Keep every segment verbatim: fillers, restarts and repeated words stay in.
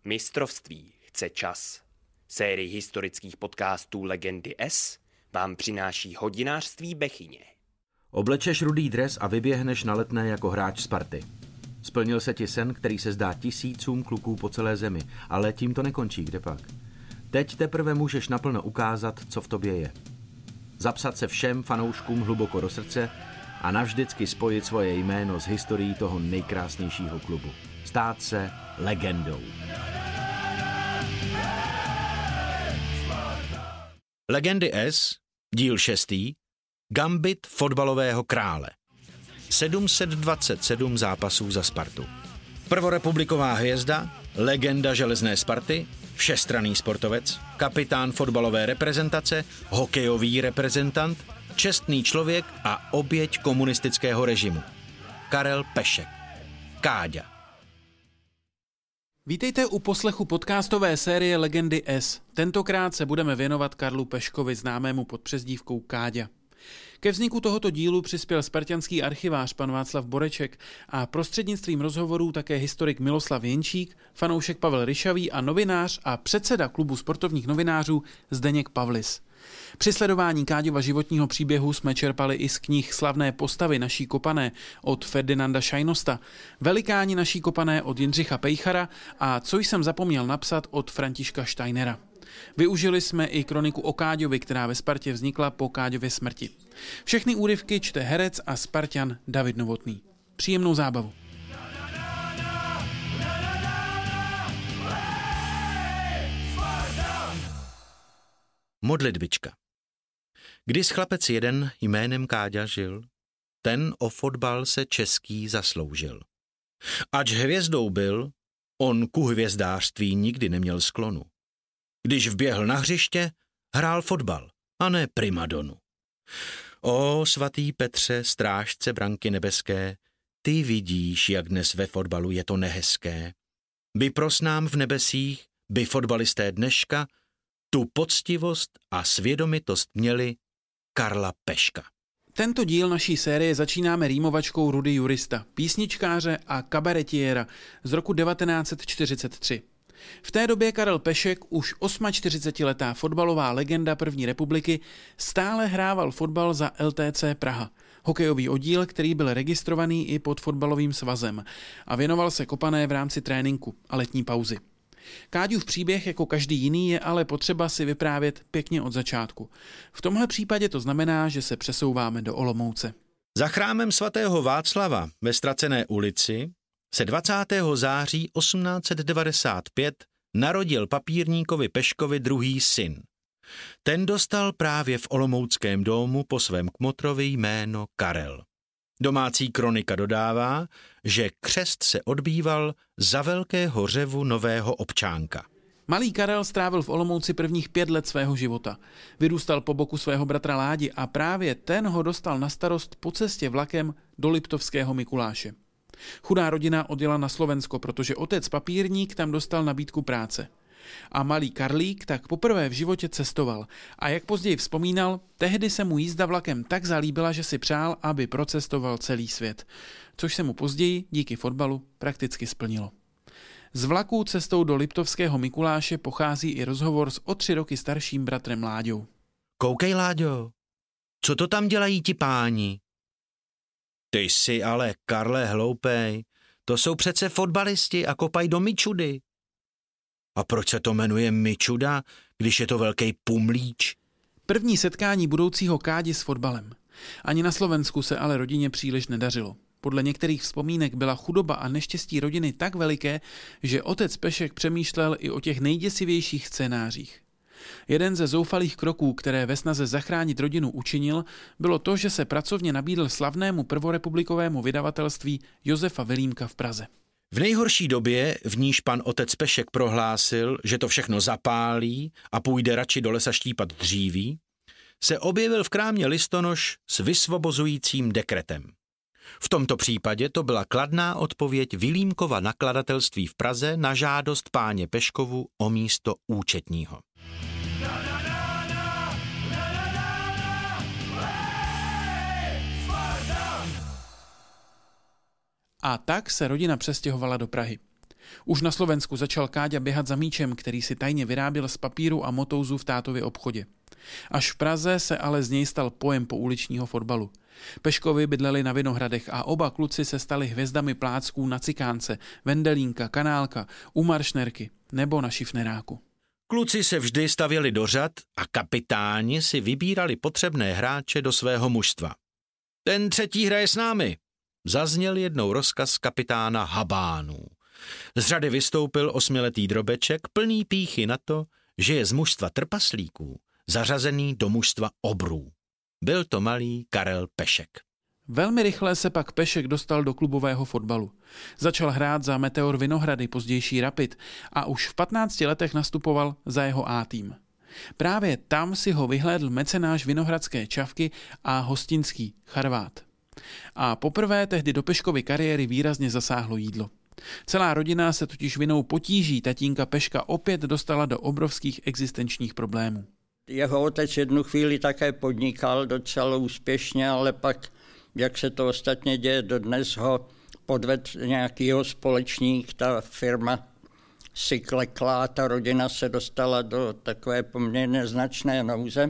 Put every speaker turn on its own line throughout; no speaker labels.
Mistrovství chce čas. Sérii historických podcastů Legendy S vám přináší hodinářství Bechyně.
Oblečeš rudý dres a vyběhneš na Letné jako hráč Sparty. Splnil se ti sen, který se zdá tisícům kluků po celé zemi, ale tím to nekončí, kdepak. Teď teprve můžeš naplno ukázat, co v tobě je. Zapsat se všem fanouškům hluboko do srdce a navždycky spojit svoje jméno s historií toho nejkrásnějšího klubu. Stát se legendou.
Legendy S, díl šestý, Gambit fotbalového krále. sedm set dvacet sedm zápasů za Spartu. Prvorepubliková hvězda, legenda železné Sparty, všestranný sportovec, kapitán fotbalové reprezentace, hokejový reprezentant, čestný člověk a oběť komunistického režimu. Karel Pešek. Káďa.
Vítejte u poslechu podcastové série Legendy S. Tentokrát se budeme věnovat Karlu Peškovi, známému pod přezdívkou Káďa. Ke vzniku tohoto dílu přispěl spartanský archivář pan Václav Boreček a prostřednictvím rozhovorů také historik Miloslav Jenčík, fanoušek Pavel Ryšavý a novinář a předseda klubu sportovních novinářů Zdeněk Pavlis. Při sledování Káďova životního příběhu jsme čerpali i z knih Slavné postavy naší kopané od Ferdinanda Šajnosta, Velikáni naší kopané od Jindřicha Pejchara a Co jsem zapomněl napsat od Františka Steinera. Využili jsme i kroniku o Káďovi, která ve Spartě vznikla po Káďově smrti. Všechny úryvky čte herec a Spartan David Novotný. Příjemnou zábavu.
Modlitbička. Když chlapec jeden jménem Káďa žil, ten o fotbal se český zasloužil. Ač hvězdou byl, on ku hvězdářství nikdy neměl sklonu. Když vběhl na hřiště, hrál fotbal, a ne primadonu. O svatý Petře, strážce branky nebeské, ty vidíš, jak dnes ve fotbalu je to nehezké. By prosnám v nebesích, by fotbalisté dneška tu poctivost a svědomitost měli Karla Peška.
Tento díl naší série začínáme rýmovačkou Rudy Jurista, písničkáře a kabaretiéra z roku devatenáct set čtyřicet tři. V té době Karel Pešek, už čtyřicetiosmiletá fotbalová legenda první republiky, stále hrával fotbal za L T C Praha, hokejový oddíl, který byl registrovaný i pod fotbalovým svazem a věnoval se kopané v rámci tréninku a letní pauzy. Káďův příběh jako každý jiný je ale potřeba si vyprávět pěkně od začátku. V tomhle případě to znamená, že se přesouváme do Olomouce.
Za chrámem svatého Václava ve Ztracené ulici se dvacátého září osmnáct set devadesát pět narodil papírníkovi Peškovi druhý syn. Ten dostal právě v olomouckém domu po svém kmotrovi jméno Karel. Domácí kronika dodává, že křest se odbýval za velkého řevu nového občánka.
Malý Karel strávil v Olomouci prvních pět let svého života. Vyrůstal po boku svého bratra Ládi a právě ten ho dostal na starost po cestě vlakem do Liptovského Mikuláše. Chudá rodina odjela na Slovensko, protože otec papírník tam dostal nabídku práce. A malý Karlík tak poprvé v životě cestoval. A jak později vzpomínal, tehdy se mu jízda vlakem tak zalíbila, že si přál, aby procestoval celý svět. Což se mu později díky fotbalu prakticky splnilo. Z vlaku cestou do Liptovského Mikuláše pochází i rozhovor s o tři roky starším bratrem Láďou.
Koukej, Láďo, co to tam dělají ti páni? Ty jsi ale, Karle, hloupej, to jsou přece fotbalisti a kopají do mičudy. A proč se to jmenuje mičuda, když je to velký pumlíč?
První setkání budoucího Kádi s fotbalem. Ani na Slovensku se ale rodině příliš nedařilo. Podle některých vzpomínek byla chudoba a neštěstí rodiny tak veliké, že otec Pešek přemýšlel i o těch nejděsivějších scénářích. Jeden ze zoufalých kroků, které ve snaze zachránit rodinu učinil, bylo to, že se pracovně nabídl slavnému prvorepublikovému vydavatelství Josefa Vilímka v Praze.
V nejhorší době, v níž pan otec Pešek prohlásil, že to všechno zapálí a půjde radši do lesa štípat dříví, se objevil v krámě listonoš s vysvobozujícím dekretem. V tomto případě to byla kladná odpověď Vilímkova nakladatelství v Praze na žádost páně Peškovu o místo účetního.
A tak se rodina přestěhovala do Prahy. Už na Slovensku začal Káďa běhat za míčem, který si tajně vyráběl z papíru a motouzu v tátově obchodě. Až v Praze se ale z něj stal pojem pouličního fotbalu. Peškovi bydleli na Vinohradech a oba kluci se stali hvězdami plácků na Cikánce, Vendelínka, Kanálka, u Maršnerky nebo na Šifneráku.
Kluci se vždy stavěli do řad a kapitáni si vybírali potřebné hráče do svého mužstva. Ten třetí hraje s námi, zazněl jednou rozkaz kapitána Habánů. Z řady vystoupil osmiletý Drobeček plný pýchy na to, že je z mužstva trpaslíků zařazený do mužstva obrů. Byl to malý Karel Pešek.
Velmi rychle se pak Pešek dostal do klubového fotbalu. Začal hrát za Meteor Vinohrady, pozdější Rapid, a už v patnácti letech nastupoval za jeho A tým. Právě tam si ho vyhlédl mecenáš vinohradské Čavky a hostinský Charvát. A poprvé tehdy do Peškovy kariéry výrazně zasáhlo jídlo. Celá rodina se totiž vinou potíží tatínka Peška opět dostala do obrovských existenčních problémů.
Jeho otec jednu chvíli také podnikal docela úspěšně, ale pak, jak se to ostatně děje dodnes, ho podvedl nějaký jeho společník, ta firma si klekla a ta rodina se dostala do takové poměrně značné nouze.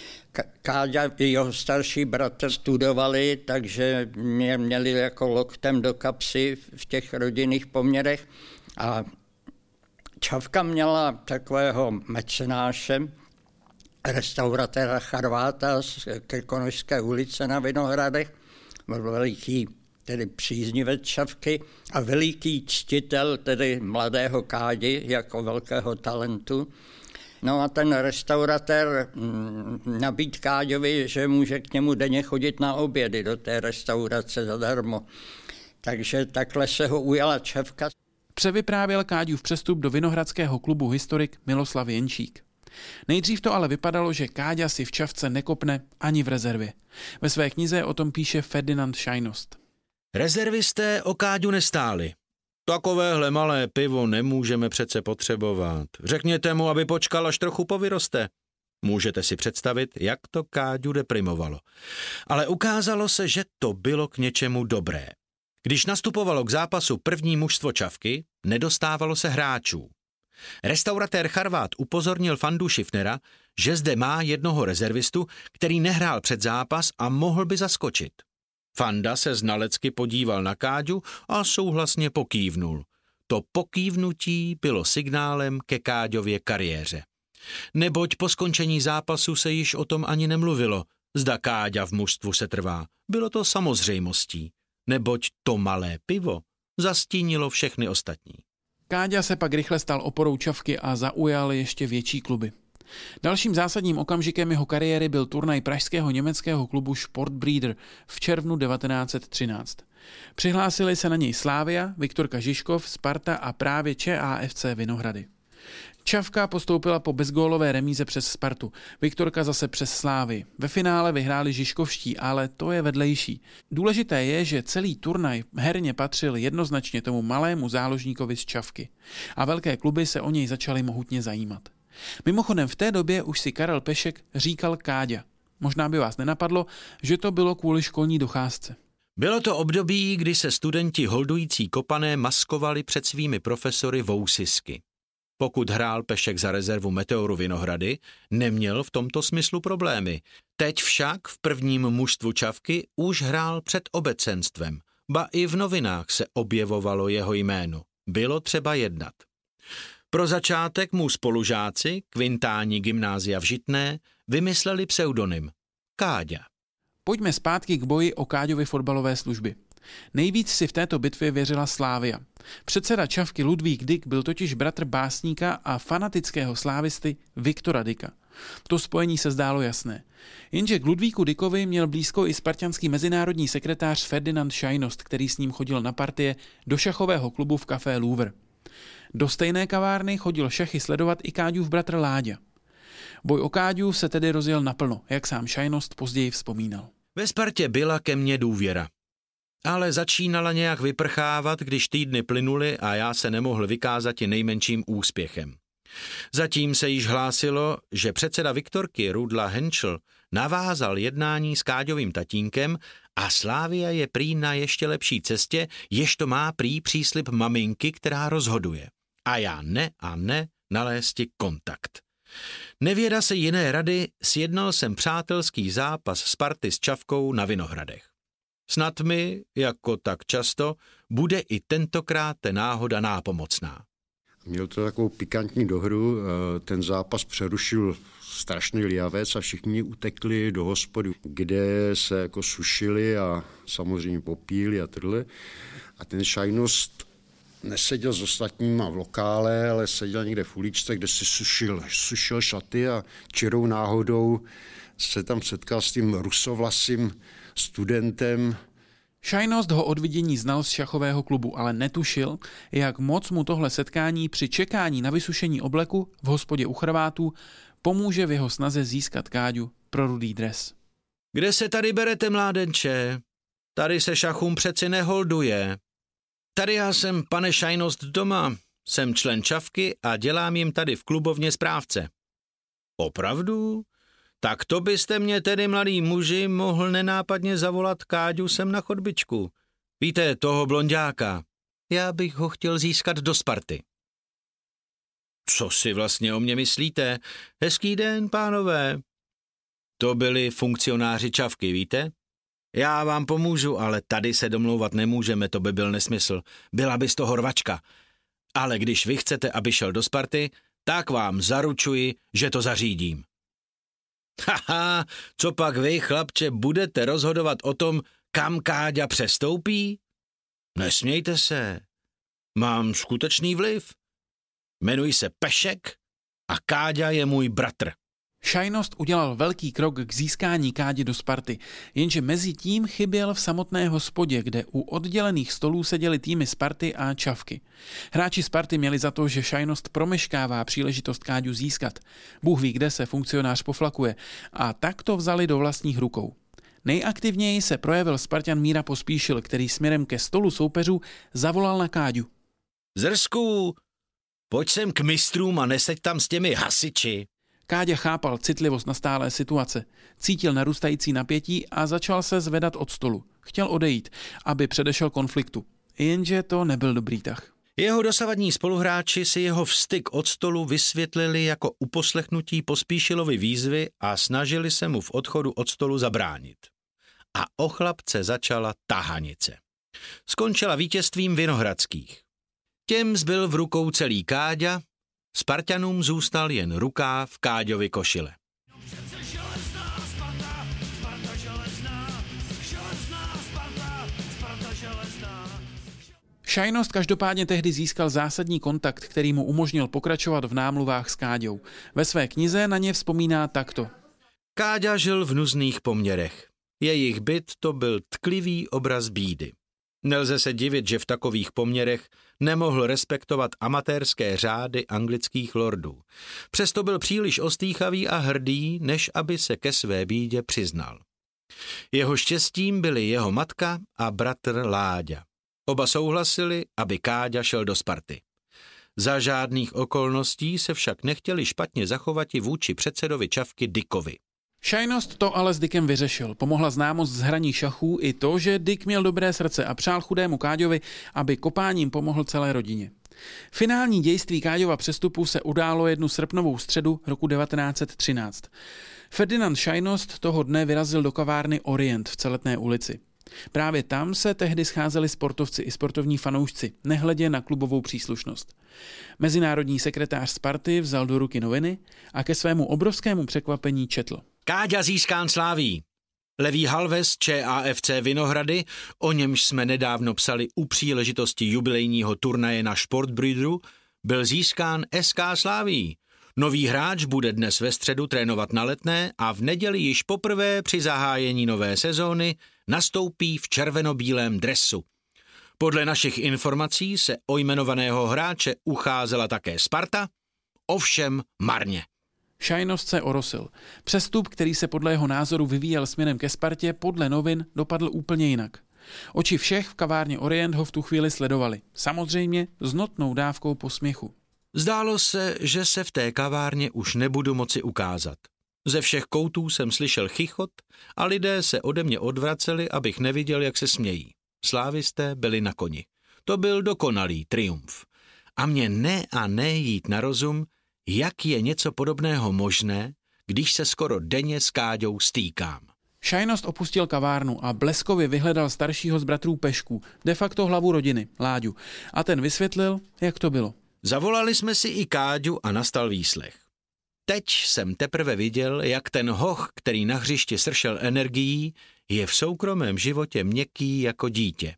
Káďa i jeho starší bratr studovali, takže mě měli jako loktem do kapsy v těch rodinných poměrech. A Čavka měla takového mecenáše, restauratéra Charváta z Krkonošské ulice na Vinohradech, byl veliký tedy příznivec Čavky a veliký ctitel tedy mladého Kádi jako velkého talentu. No a ten restauratér nabídl Káďovi, že může k němu denně chodit na obědy do té restaurace zadarmo. Takže takhle se ho ujala Čavka.
Převyprávěl Káďův přestup do vinohradského klubu historik Miloslav Jenčík. Nejdřív to ale vypadalo, že Káďa si v Čavce nekopne ani v rezervě. Ve své knize o tom píše Ferdinand Šajnost.
Rezervisté o Káďu nestáli. Takovéhle malé pivo nemůžeme přece potřebovat. Řekněte mu, aby počkal, až trochu povyroste. Můžete si představit, jak to Káďu deprimovalo. Ale ukázalo se, že to bylo k něčemu dobré. Když nastupovalo k zápasu první mužstvo Čavky, nedostávalo se hráčů. Restauratér Charvát upozornil fandu Šifnera, že zde má jednoho rezervistu, který nehrál před zápas a mohl by zaskočit. Fanda se znalecky podíval na Káďu a souhlasně pokývnul. To pokývnutí bylo signálem ke Káďově kariéře. Neboť po skončení zápasu se již o tom ani nemluvilo, zda Káďa v mužstvu se trvá. Bylo to samozřejmostí, neboť to malé pivo zastínilo všechny ostatní.
Káďa se pak rychle stal oporou Čavky a zaujal ještě větší kluby. Dalším zásadním okamžikem jeho kariéry byl turnaj pražského německého klubu Sportbreeder v červnu devatenáct set třináct. Přihlásili se na něj Slavia, Viktorka Žižkov, Sparta a právě ČAFC Vinohrady. Čavka postoupila po bezgólové remíze přes Spartu, Viktorka zase přes Slávy. Ve finále vyhráli žižkovští, ale to je vedlejší. Důležité je, že celý turnaj herně patřil jednoznačně tomu malému záložníkovi z Čavky a velké kluby se o něj začaly mohutně zajímat. Mimochodem v té době už si Karel Pešek říkal Káďa. Možná by vás nenapadlo, že to bylo kvůli školní docházce.
Bylo to období, kdy se studenti holdující kopané maskovali před svými profesory vousisky. Pokud hrál Pešek za rezervu Meteoru Vinohrady, neměl v tomto smyslu problémy. Teď však v prvním mužstvu Čavky už hrál před obecenstvem, ba i v novinách se objevovalo jeho jméno. Bylo třeba jednat. Pro začátek mu spolužáci, kvintáni gymnázia v Žitné, vymysleli pseudonym Káďa.
Pojďme zpátky k boji o Káďovy fotbalové služby. Nejvíc si v této bitvě věřila Slavia. Předseda Čavky Ludvík Dyk byl totiž bratr básníka a fanatického slávisty Viktora Dyka. To spojení se zdálo jasné. Jenže k Ludvíku Dykovi měl blízko i spartanský mezinárodní sekretář Ferdinand Šajnost, který s ním chodil na partie do šachového klubu v Café Louvre. Do stejné kavárny chodil šachy sledovat i Káďův bratr Láďa. Boj o Káďu se tedy rozjel naplno, jak sám Šajnost později vzpomínal.
Ve Spartě byla ke mně důvěra. Ale začínala nějak vyprchávat, když týdny plynuly a já se nemohl vykázat i nejmenším úspěchem. Zatím se již hlásilo, že předseda Viktorky Rudla Henschel navázal jednání s Káďovým tatínkem a Slavia je prý na ještě lepší cestě, jež to má prý příslib maminky, která rozhoduje. A já ne a ne nalézti kontakt. Nevěda se jiné rady, sjednal jsem přátelský zápas Sparty s Čavkou na Vinohradech. Snad mi, jako tak často, bude i tentokrát náhoda nápomocná.
Měl to takovou pikantní dohru, ten zápas přerušil strašný liavec a všichni utekli do hospody, kde se jako sušili a samozřejmě popíli a trli. A ten Šajnost neseděl s ostatníma v lokále, ale seděl někde v uličce, kde si sušil, sušil šaty a čirou náhodou se tam setkal s tím rusovlasým studentem.
Šajnost ho od vidění znal z šachového klubu, ale netušil, jak moc mu tohle setkání při čekání na vysušení obleku v hospodě u Chorvátů pomůže v jeho snaze získat Káďu pro rudý dres.
Kde se tady berete, mládenče? Tady se šachům přeci neholduje. Tady já jsem, pane Šajnost, doma. Jsem člen Čavky a dělám jim tady v klubovně správce. Opravdu? Tak to byste mě tedy, mladý muži, mohl nenápadně zavolat Káďu sem na chodbičku. Víte, toho blonďáka. Já bych ho chtěl získat do Sparty. Co si vlastně o mě myslíte? Hezký den, pánové. To byli funkcionáři Čavky, víte? Já vám pomůžu, ale tady se domlouvat nemůžeme, to by byl nesmysl. Byla by z toho rvačka. Ale když vy chcete, aby šel do Sparty, tak vám zaručuji, že to zařídím. Haha, co pak vy, chlapče, budete rozhodovat o tom, kam Káďa přestoupí? Nesmějte se. Mám skutečný vliv. Jmenuji se Pešek a Káďa je můj bratr.
Šajnost udělal velký krok k získání Kádi do Sparty, jenže mezi tím chyběl v samotné hospodě, kde u oddělených stolů seděly týmy Sparty a Čavky. Hráči Sparty měli za to, že Šajnost promeškává příležitost Káďu získat. Bůh ví, kde se funkcionář poflakuje, a tak to vzali do vlastních rukou. Nejaktivněji se projevil Spartan Míra Pospíšil, který směrem ke stolu soupeřů zavolal na Káďu.
Zrsku, pojď sem k mistrům a neseď tam s těmi hasiči.
Káďa chápal citlivost nastálé situace, cítil narůstající napětí a začal se zvedat od stolu. Chtěl odejít, aby předešel konfliktu. Jenže to nebyl dobrý tah.
Jeho dosavadní spoluhráči si jeho vstyk od stolu vysvětlili jako uposlechnutí Pospíšilovy výzvy a snažili se mu v odchodu od stolu zabránit. A o chlapce začala tahanice. Skončila vítězstvím Vinohradských. Těm zbyl v rukou celý Káďa, Spartanům zůstal jen rukáv Káďovy košile.
Šajnost každopádně tehdy získal zásadní kontakt, který mu umožnil pokračovat v námluvách s Káďou. Ve své knize na ně vzpomíná takto.
Káďa žil v nuzných poměrech. Jejich byt to byl tklivý obraz bídy. Nelze se divit, že v takových poměrech nemohl respektovat amatérské řády anglických lordů. Přesto byl příliš ostýchavý a hrdý, než aby se ke své bídě přiznal. Jeho štěstím byli jeho matka a bratr Láďa. Oba souhlasili, aby Káďa šel do Sparty. Za žádných okolností se však nechtěli špatně zachovat i vůči předsedovi Čavky Dickovi.
Šajnost to ale s Dickem vyřešil. Pomohla známost z hraní šachů i to, že Dick měl dobré srdce a přál chudému Káďovi, aby kopáním pomohl celé rodině. Finální dějství Káďova přestupu se událo jednu srpnovou středu roku devatenáct set třináct. Ferdinand Šajnost toho dne vyrazil do kavárny Orient v Celetné ulici. Právě tam se tehdy scházeli sportovci i sportovní fanoušci, nehledě na klubovou příslušnost. Mezinárodní sekretář Sparty vzal do ruky noviny a ke svému obrovskému překvapení četl.
Káďa získán sláví. Levý halves ČAFC Vinohrady, o němž jsme nedávno psali u příležitosti jubilejního turnaje na Sportbrüderu, byl získán S K Slaví. Nový hráč bude dnes ve středu trénovat na Letné a v neděli již poprvé při zahájení nové sezóny nastoupí v červeno-bílém dresu. Podle našich informací se o jmenovaného hráče ucházela také Sparta, ovšem marně.
Šajnost se orosil. Přestup, který se podle jeho názoru vyvíjel směrem ke Spartě, podle novin dopadl úplně jinak. Oči všech v kavárně Orient ho v tu chvíli sledovali. Samozřejmě s notnou dávkou posměchu.
Zdálo se, že se v té kavárně už nebudu moci ukázat. Ze všech koutů jsem slyšel chichot a lidé se ode mě odvraceli, abych neviděl, jak se smějí. Slávisté byli na koni. To byl dokonalý triumf. A mě ne a ne jít na rozum, jak je něco podobného možné, když se skoro denně s Káďou stýkám.
Šajnost opustil kavárnu a bleskově vyhledal staršího z bratrů Pešku, de facto hlavu rodiny, Láďu. A ten vysvětlil, jak to bylo.
Zavolali jsme si i Káďu a nastal výslech. Teď jsem teprve viděl, jak ten hoch, který na hřišti sršel energií, je v soukromém životě měkký jako dítě.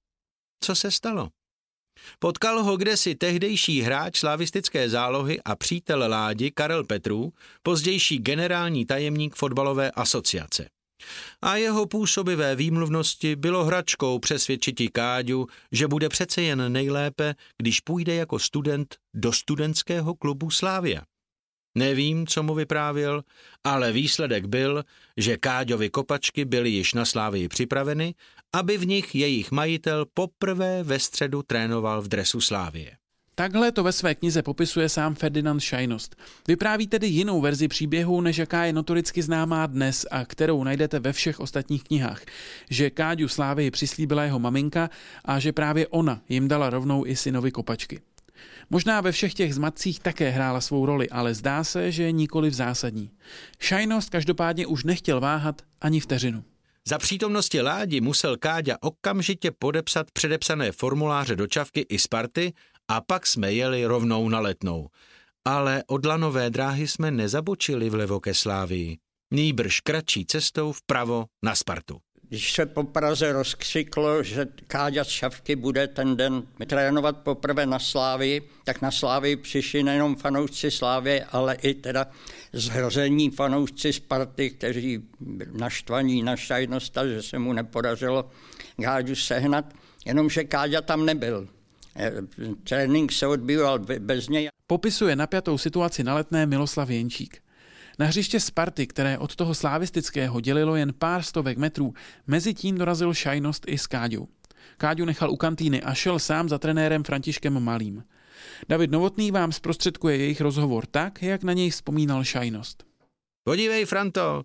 Co se stalo? Potkal ho kdesi tehdejší hráč slavistické zálohy a přítel Ládi Karel Petrů, pozdější generální tajemník fotbalové asociace. A jeho působivé výmluvnosti bylo hračkou přesvědčiti Káďu, že bude přece jen nejlépe, když půjde jako student do studentského klubu Slavia. Nevím, co mu vyprávěl, ale výsledek byl, že Káďovi kopačky byly již na Slavii připraveny, aby v nich jejich majitel poprvé ve středu trénoval v dresu Slavie.
Takhle to ve své knize popisuje sám Ferdinand Šajnost. Vypráví tedy jinou verzi příběhu, než jaká je notoricky známá dnes a kterou najdete ve všech ostatních knihách. Že Káďu Slavii přislíbila jeho maminka a že právě ona jim dala rovnou i synovi kopačky. Možná ve všech těch zmatcích také hrála svou roli, ale zdá se, že nikoliv zásadní. Šajnost každopádně už nechtěl váhat ani vteřinu.
Za přítomnosti Ládi musel Káďa okamžitě podepsat předepsané formuláře do čavky i Sparty a pak jsme jeli rovnou na Letnou. Ale od lanové dráhy jsme nezabočili vlevo ke Slávii, nýbrž kratší cestou vpravo na Spartu.
Když se po Praze rozkřiklo, že Káďa z šavky bude ten den trénovat poprvé na Slávii, tak na Slávii přišli nejenom fanoušci Slávie, ale i teda zhrození fanoušci Sparty, kteří naštvaní na Šajnosta, že se mu nepodařilo Káďu sehnat, jenomže Káďa tam nebyl. Trénink se odbýval bez něj.
Popisuje napjatou situaci na Letné Miloslav Jenčík. Na hřiště Sparty, které od toho slavistického dělilo jen pár stovek metrů, mezi tím dorazil Šajnost i s Káďou. Káďu nechal u kantýny a šel sám za trenérem Františkem Malým. David Novotný vám zprostředkuje jejich rozhovor tak, jak na něj vzpomínal Šajnost.
Podívej, Franto,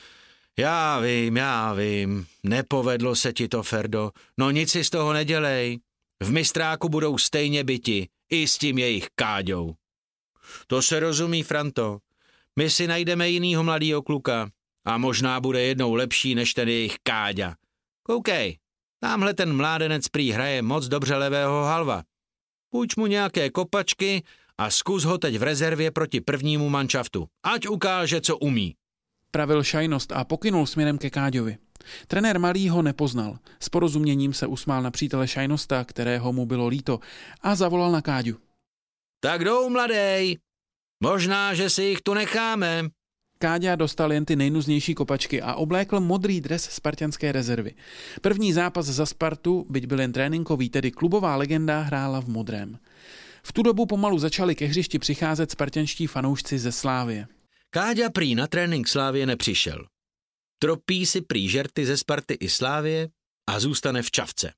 já vím, já vím, nepovedlo se ti to, Ferdo, no nic si z toho nedělej. V mistráku budou stejně byti, i s tím jejich Káďou. To se rozumí, Franto. My si najdeme jinýho mladýho kluka a možná bude jednou lepší než ten jejich Káďa. Koukej, tamhle ten mládenec prý hraje moc dobře levého halva. Půjč mu nějaké kopačky a zkus ho teď v rezervě proti prvnímu manšaftu. Ať ukáže, co umí.
Pravil Šajnost a pokynul směrem ke Káďovi. Trenér Malý ho nepoznal. S porozuměním se usmál na přítele Šajnosta, kterého mu bylo líto, a zavolal na Káďu.
Tak jdou, mladej. Možná, že si jich tu necháme.
Káďa dostal jen ty nejnuznější kopačky a oblékl modrý dres spartanské rezervy. První zápas za Spartu, byť byl jen tréninkový, tedy klubová legenda, hrála v modrém. V tu dobu pomalu začali ke hřišti přicházet spartanští fanoušci ze Slávie.
Káďa prý na trénink Slávie nepřišel. Tropí si prý žerty ze Sparty i Slávie a zůstane v čavce.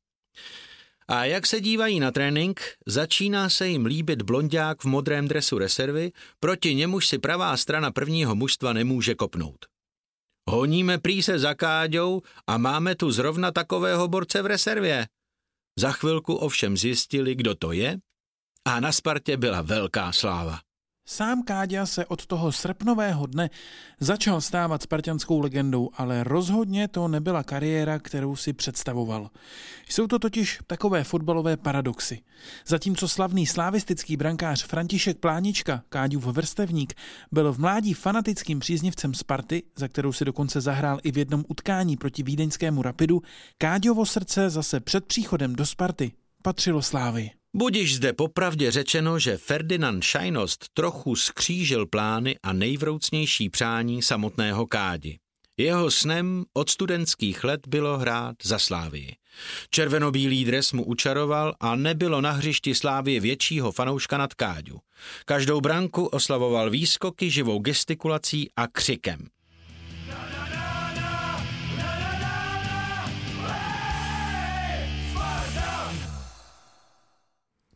A jak se dívají na trénink, začíná se jim líbit blonďák v modrém dresu rezervy, proti němuž si pravá strana prvního mužstva nemůže kopnout. Honíme prý se za Káďou a máme tu zrovna takového borce v rezervě. Za chvilku ovšem zjistili, kdo to je, a na Spartě byla velká sláva.
Sám Káďa se od toho srpnového dne začal stávat spartanskou legendou, ale rozhodně to nebyla kariéra, kterou si představoval. Jsou to totiž takové fotbalové paradoxy. Zatímco slavný slavistický brankář František Plánička, Káďův vrstevník, byl v mládí fanatickým příznivcem Sparty, za kterou si dokonce zahrál i v jednom utkání proti vídeňskému Rapidu, Káďovo srdce zase před příchodem do Sparty patřilo Slávii.
Budiž zde popravdě řečeno, že Ferdinand Šajnost trochu skřížil plány a nejvroucnější přání samotného Kádi. Jeho snem od studentských let bylo hrát za Slávii. Červenobílý dres mu učaroval a nebylo na hřišti Slávie většího fanouška nad Káďu. Každou branku oslavoval výskoky, živou gestikulací a křikem.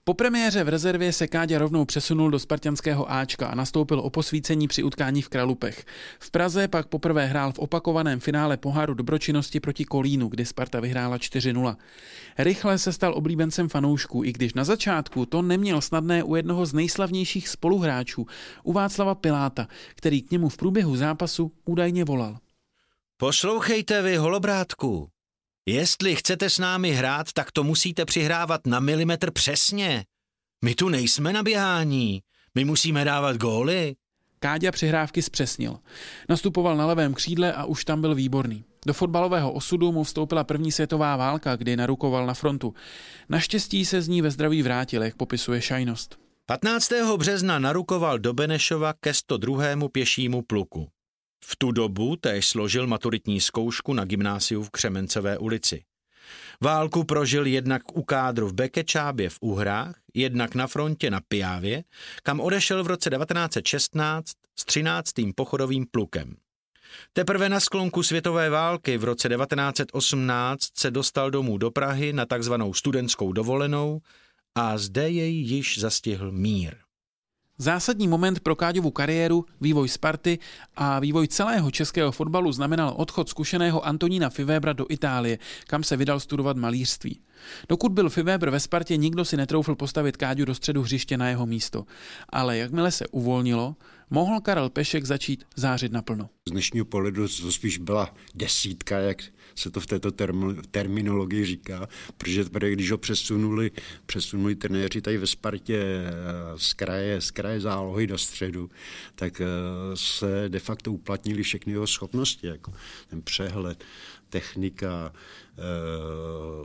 Po premiéře v rezervě se Káďa rovnou přesunul do spartanského Ačka a nastoupil o posvícení při utkání v Kralupech. V Praze pak poprvé hrál v opakovaném finále poháru dobročinnosti proti Kolínu, kdy Sparta vyhrála čtyři nula. Rychle se stal oblíbencem fanoušků, i když na začátku to neměl snadné u jednoho z nejslavnějších spoluhráčů, u Václava Piláta, který k němu v průběhu zápasu údajně volal.
Poslouchejte vy, holobrátku. Jestli chcete s námi hrát, tak to musíte přihrávat na milimetr přesně. My tu nejsme na běhání, my musíme dávat góly.
Káďa přihrávky zpřesnil. Nastupoval na levém křídle a už tam byl výborný. Do fotbalového osudu mu vstoupila první světová válka, kdy narukoval na frontu. Naštěstí se z ní ve zdraví vrátil, jak popisuje Šajnost.
patnáctého března narukoval do Benešova ke sto druhému pěšímu pluku. V tu dobu též složil maturitní zkoušku na gymnáziu v Křemencové ulici. Válku prožil jednak u kádru v Bekečábě v Uhrách, jednak na frontě na Pijávě, kam odešel v roce devatenáct set šestnáct s třináctým pochodovým plukem. Teprve na sklonku světové války v roce devatenáct set osmnáct se dostal domů do Prahy na takzvanou studentskou dovolenou a zde jej již zastihl mír.
Zásadní moment pro Káďovu kariéru, vývoj Sparty a vývoj celého českého fotbalu znamenal odchod zkušeného Antonína Fivébra do Itálie, kam se vydal studovat malířství. Dokud byl Fivébr ve Spartě, nikdo si netroufl postavit Káďu do středu hřiště na jeho místo. Ale jakmile se uvolnilo, mohl Karel Pešek začít zářit naplno.
Z dnešního pohledu to spíš byla desítka, jak se to v této term- terminologii říká, protože když ho přesunuli, přesunuli trenéři tady ve Spartě z kraje, z kraje zálohy do středu, tak se de facto uplatnili všechny jeho schopnosti, jako ten přehled, technika, eh,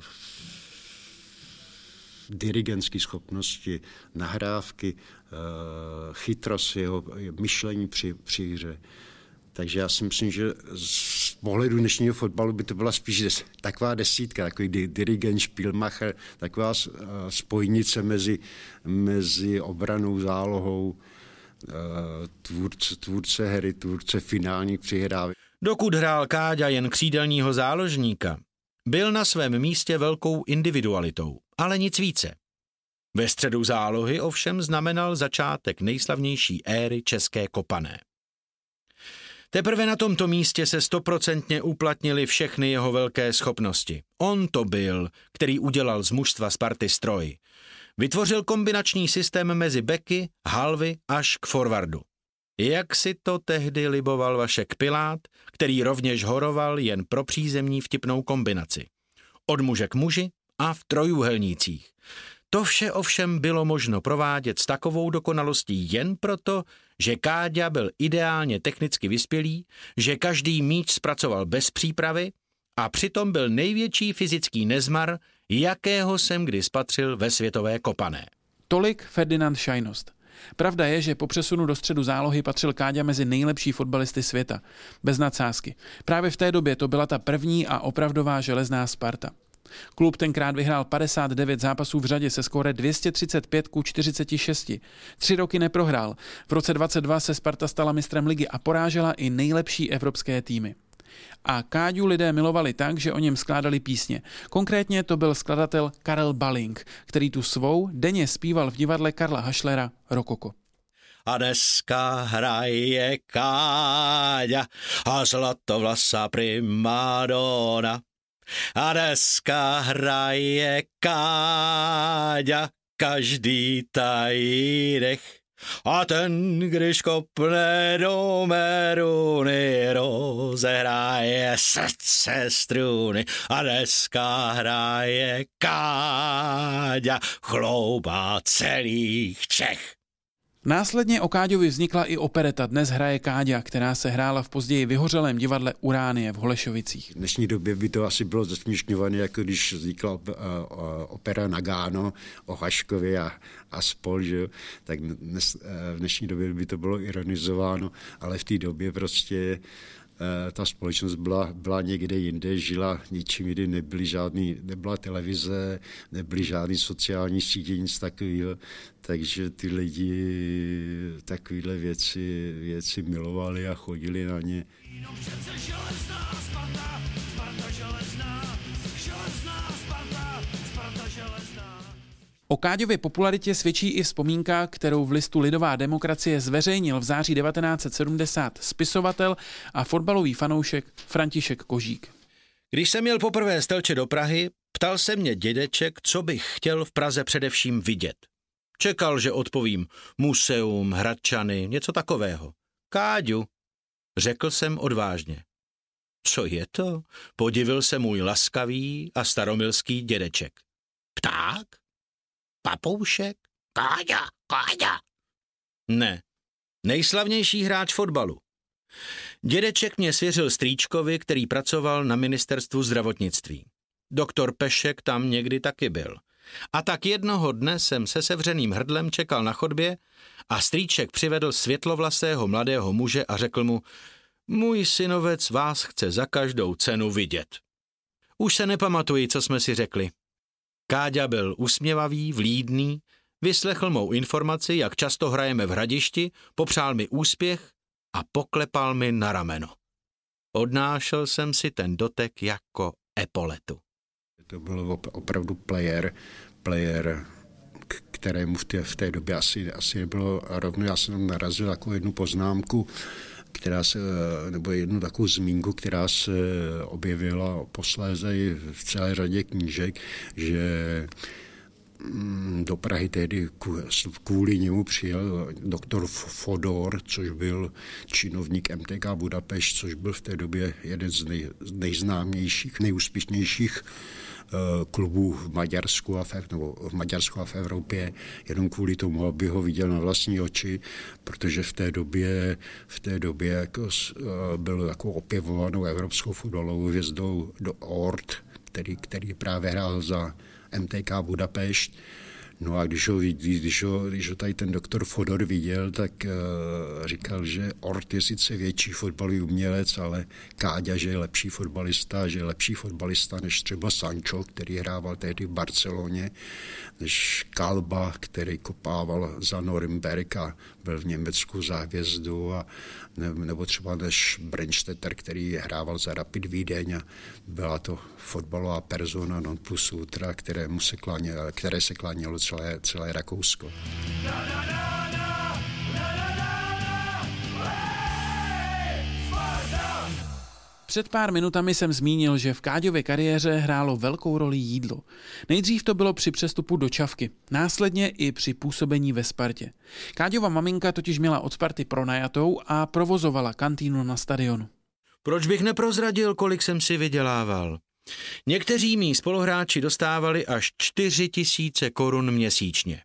dirigentské schopnosti, nahrávky, chytrost jeho myšlení při, při hře. Takže já si myslím, že z pohledu dnešního fotbalu by to byla spíš des, taková desítka, takový dirigent, Spielmacher, taková spojnice mezi, mezi obranou, zálohou, tvůrce, tvůrce hry, tvůrce finálních přihrávek.
Dokud hrál Káďa jen křídelního záložníka, byl na svém místě velkou individualitou, ale nic více. Ve středu zálohy ovšem znamenal začátek nejslavnější éry české kopané. Teprve na tomto místě se stoprocentně uplatnily všechny jeho velké schopnosti. On to byl, který udělal z mužstva Sparty stroj. Vytvořil kombinační systém mezi beky, halvy až k forwardu. Jak si to tehdy liboval Vašek Pilát, který rovněž horoval jen pro přízemní vtipnou kombinaci. Od muže k muži a v trojúhelnících. To vše ovšem bylo možno provádět s takovou dokonalostí jen proto, že Káďa byl ideálně technicky vyspělý, že každý míč zpracoval bez přípravy a přitom byl největší fyzický nezmar, jakého jsem kdy spatřil ve světové kopané.
Tolik Ferdinand Šajnost. Pravda je, že po přesunu do středu zálohy patřil Káďa mezi nejlepší fotbalisty světa. Bez nadsázky. Právě v té době to byla ta první a opravdová železná Sparta. Klub tenkrát vyhrál padesát devět zápasů v řadě se skóre dvě stě třicet pět ku čtyřiceti šesti. Tři roky neprohrál. V roce dvacet dva se Sparta stala mistrem ligy a porážela i nejlepší evropské týmy. A Káďu lidé milovali tak, že o něm skládali písně. Konkrétně to byl skladatel Karel Balling, který tu svou denně zpíval v divadle Karla Hašlera Rokoko.
A dneska hraje Káďa a zlatovlasá primadona. A dneska hraje Káďa, každý tají dech. A ten, když kopne do meruny, rozehraje srdce struny. A dneska hraje Káďa, chloubá celých Čech.
Následně o Káďovi vznikla i opereta Dnes hraje Káďa, která se hrála v později vyhořelém divadle Uránie v Holešovicích.
V dnešní době by to asi bylo zesměšňované, jako když vznikla opera Nagano o Haškovi a, a spol, že jo? Tak dnes, v dnešní době by to bylo ironizováno, ale v té době prostě ta společnost byla, byla někde jinde, žila ničím jiným, nebyly žádný, nebyla televize, nebyly žádný sociální sítě, nic takového, takže ty lidi takovéhle věci, věci milovali a chodili na ně.
O Káďově popularitě svědčí i vzpomínka, kterou v listu Lidová demokracie zveřejnil v září devatenáct set sedmdesát spisovatel a fotbalový fanoušek František Kožík.
Když jsem měl poprvé z Telče do Prahy, ptal se mě dědeček, co bych chtěl v Praze především vidět. Čekal, že odpovím museum, Hradčany, něco takového. Káďu, řekl jsem odvážně. Co je to? Podivil se můj laskavý a staromilský dědeček. Pták? Papoušek? Káďa, Káďa. Ne, nejslavnější hráč fotbalu. Dědeček mě svěřil strýčkovi, který pracoval na ministerstvu zdravotnictví. Doktor Pešek tam někdy taky byl. A tak jednoho dne jsem se sevřeným hrdlem čekal na chodbě a strýček přivedl světlovlasého mladého muže a řekl mu: můj synovec vás chce za každou cenu vidět. Už se nepamatuji, co jsme si řekli. Káďa byl usměvavý, vlídný, vyslechl mou informaci, jak často hrajeme v Hradišti, popřál mi úspěch a poklepal mi na rameno. Odnášel jsem si ten dotek jako epoletu.
To byl opravdu player, player, kterému v té, v té době asi, asi nebylo rovno. Já jsem narazil jako jednu poznámku, která se, nebo jednu takovou zmínku, která se objevila posléze i v celé řadě knížek, že do Prahy tehdy kvůli němu přijel doktor Fodor, což byl činovník M T K Budapešť, což byl v té době jeden z nej, nejznámějších, nejúspěšnějších klubů v Maďarsku a v, nebo v Maďarsku a v Evropě, jenom kvůli tomu, aby ho viděl na vlastní oči, protože v té době, v té době jako byl jako opěvovanou evropskou fotbalovou hvězdou do Ort, který, který právě hrál za M T K Budapešť. No a když ho, když ho, když ho tady ten doktor Fodor viděl, tak uh, říkal, že Ort je sice větší fotbalový umělec, ale Káďa, že je lepší fotbalista, že je lepší fotbalista než třeba Sancho, který hrával tehdy v Barceloně, než Kalba, který kopával za Norimberg a byl v Německu za hvězdu, a ne, nebo třeba než Brennstetter, který hrával za Rapid Vídeň, a byla to fotbalová persona non plus ultra, kterému se klánělo, které se klánělo celé, celé Rakousko.
Před pár minutami jsem zmínil, že v Káďově kariéře hrálo velkou roli jídlo. Nejdřív to bylo při přestupu do Čavky, následně i při působení ve Spartě. Káďova maminka totiž měla od Sparty pronajatou a provozovala kantýnu na stadionu.
Proč bych neprozradil, kolik jsem si vydělával? Někteří mí spoluhráči dostávali až čtyři tisíce korun měsíčně.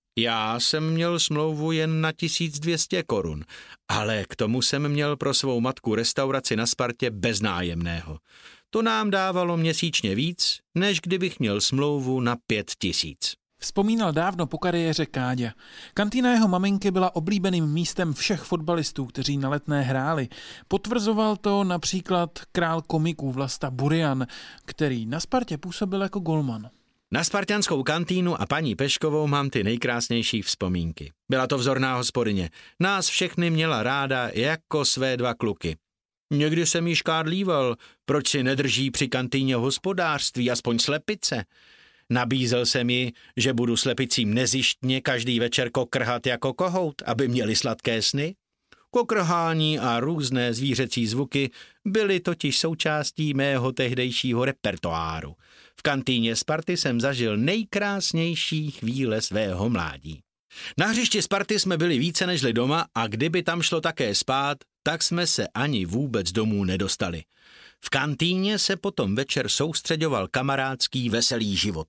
Já jsem měl smlouvu jen na tisíc dvě stě korun, ale k tomu jsem měl pro svou matku restauraci na Spartě bez nájemného. To nám dávalo měsíčně víc, než kdybych měl smlouvu na pět tisíc.
Vzpomínal dávno po kariéře Káďa. Kantýna jeho maminky byla oblíbeným místem všech fotbalistů, kteří na Letné hráli. Potvrzoval to například král komiků Vlasta Burian, který na Spartě působil jako golman.
Na spartanskou kantýnu a paní Peškovou mám ty nejkrásnější vzpomínky. Byla to vzorná hospodyně. Nás všechny měla ráda jako své dva kluky. Někdy jsem jí škádlíval, proč si nedrží při kantýně hospodářství aspoň slepice. Nabízel jsem ji, že budu slepicím nezištně každý večer kokrhat jako kohout, aby měli sladké sny. Kokrhání a různé zvířecí zvuky byly totiž součástí mého tehdejšího repertoáru. V kantýně Sparty jsem zažil nejkrásnější chvíle svého mládí. Na hřišti Sparty jsme byli více nežli doma a kdyby tam šlo také spát, tak jsme se ani vůbec domů nedostali. V kantýně se potom večer soustřeďoval kamarádský veselý život.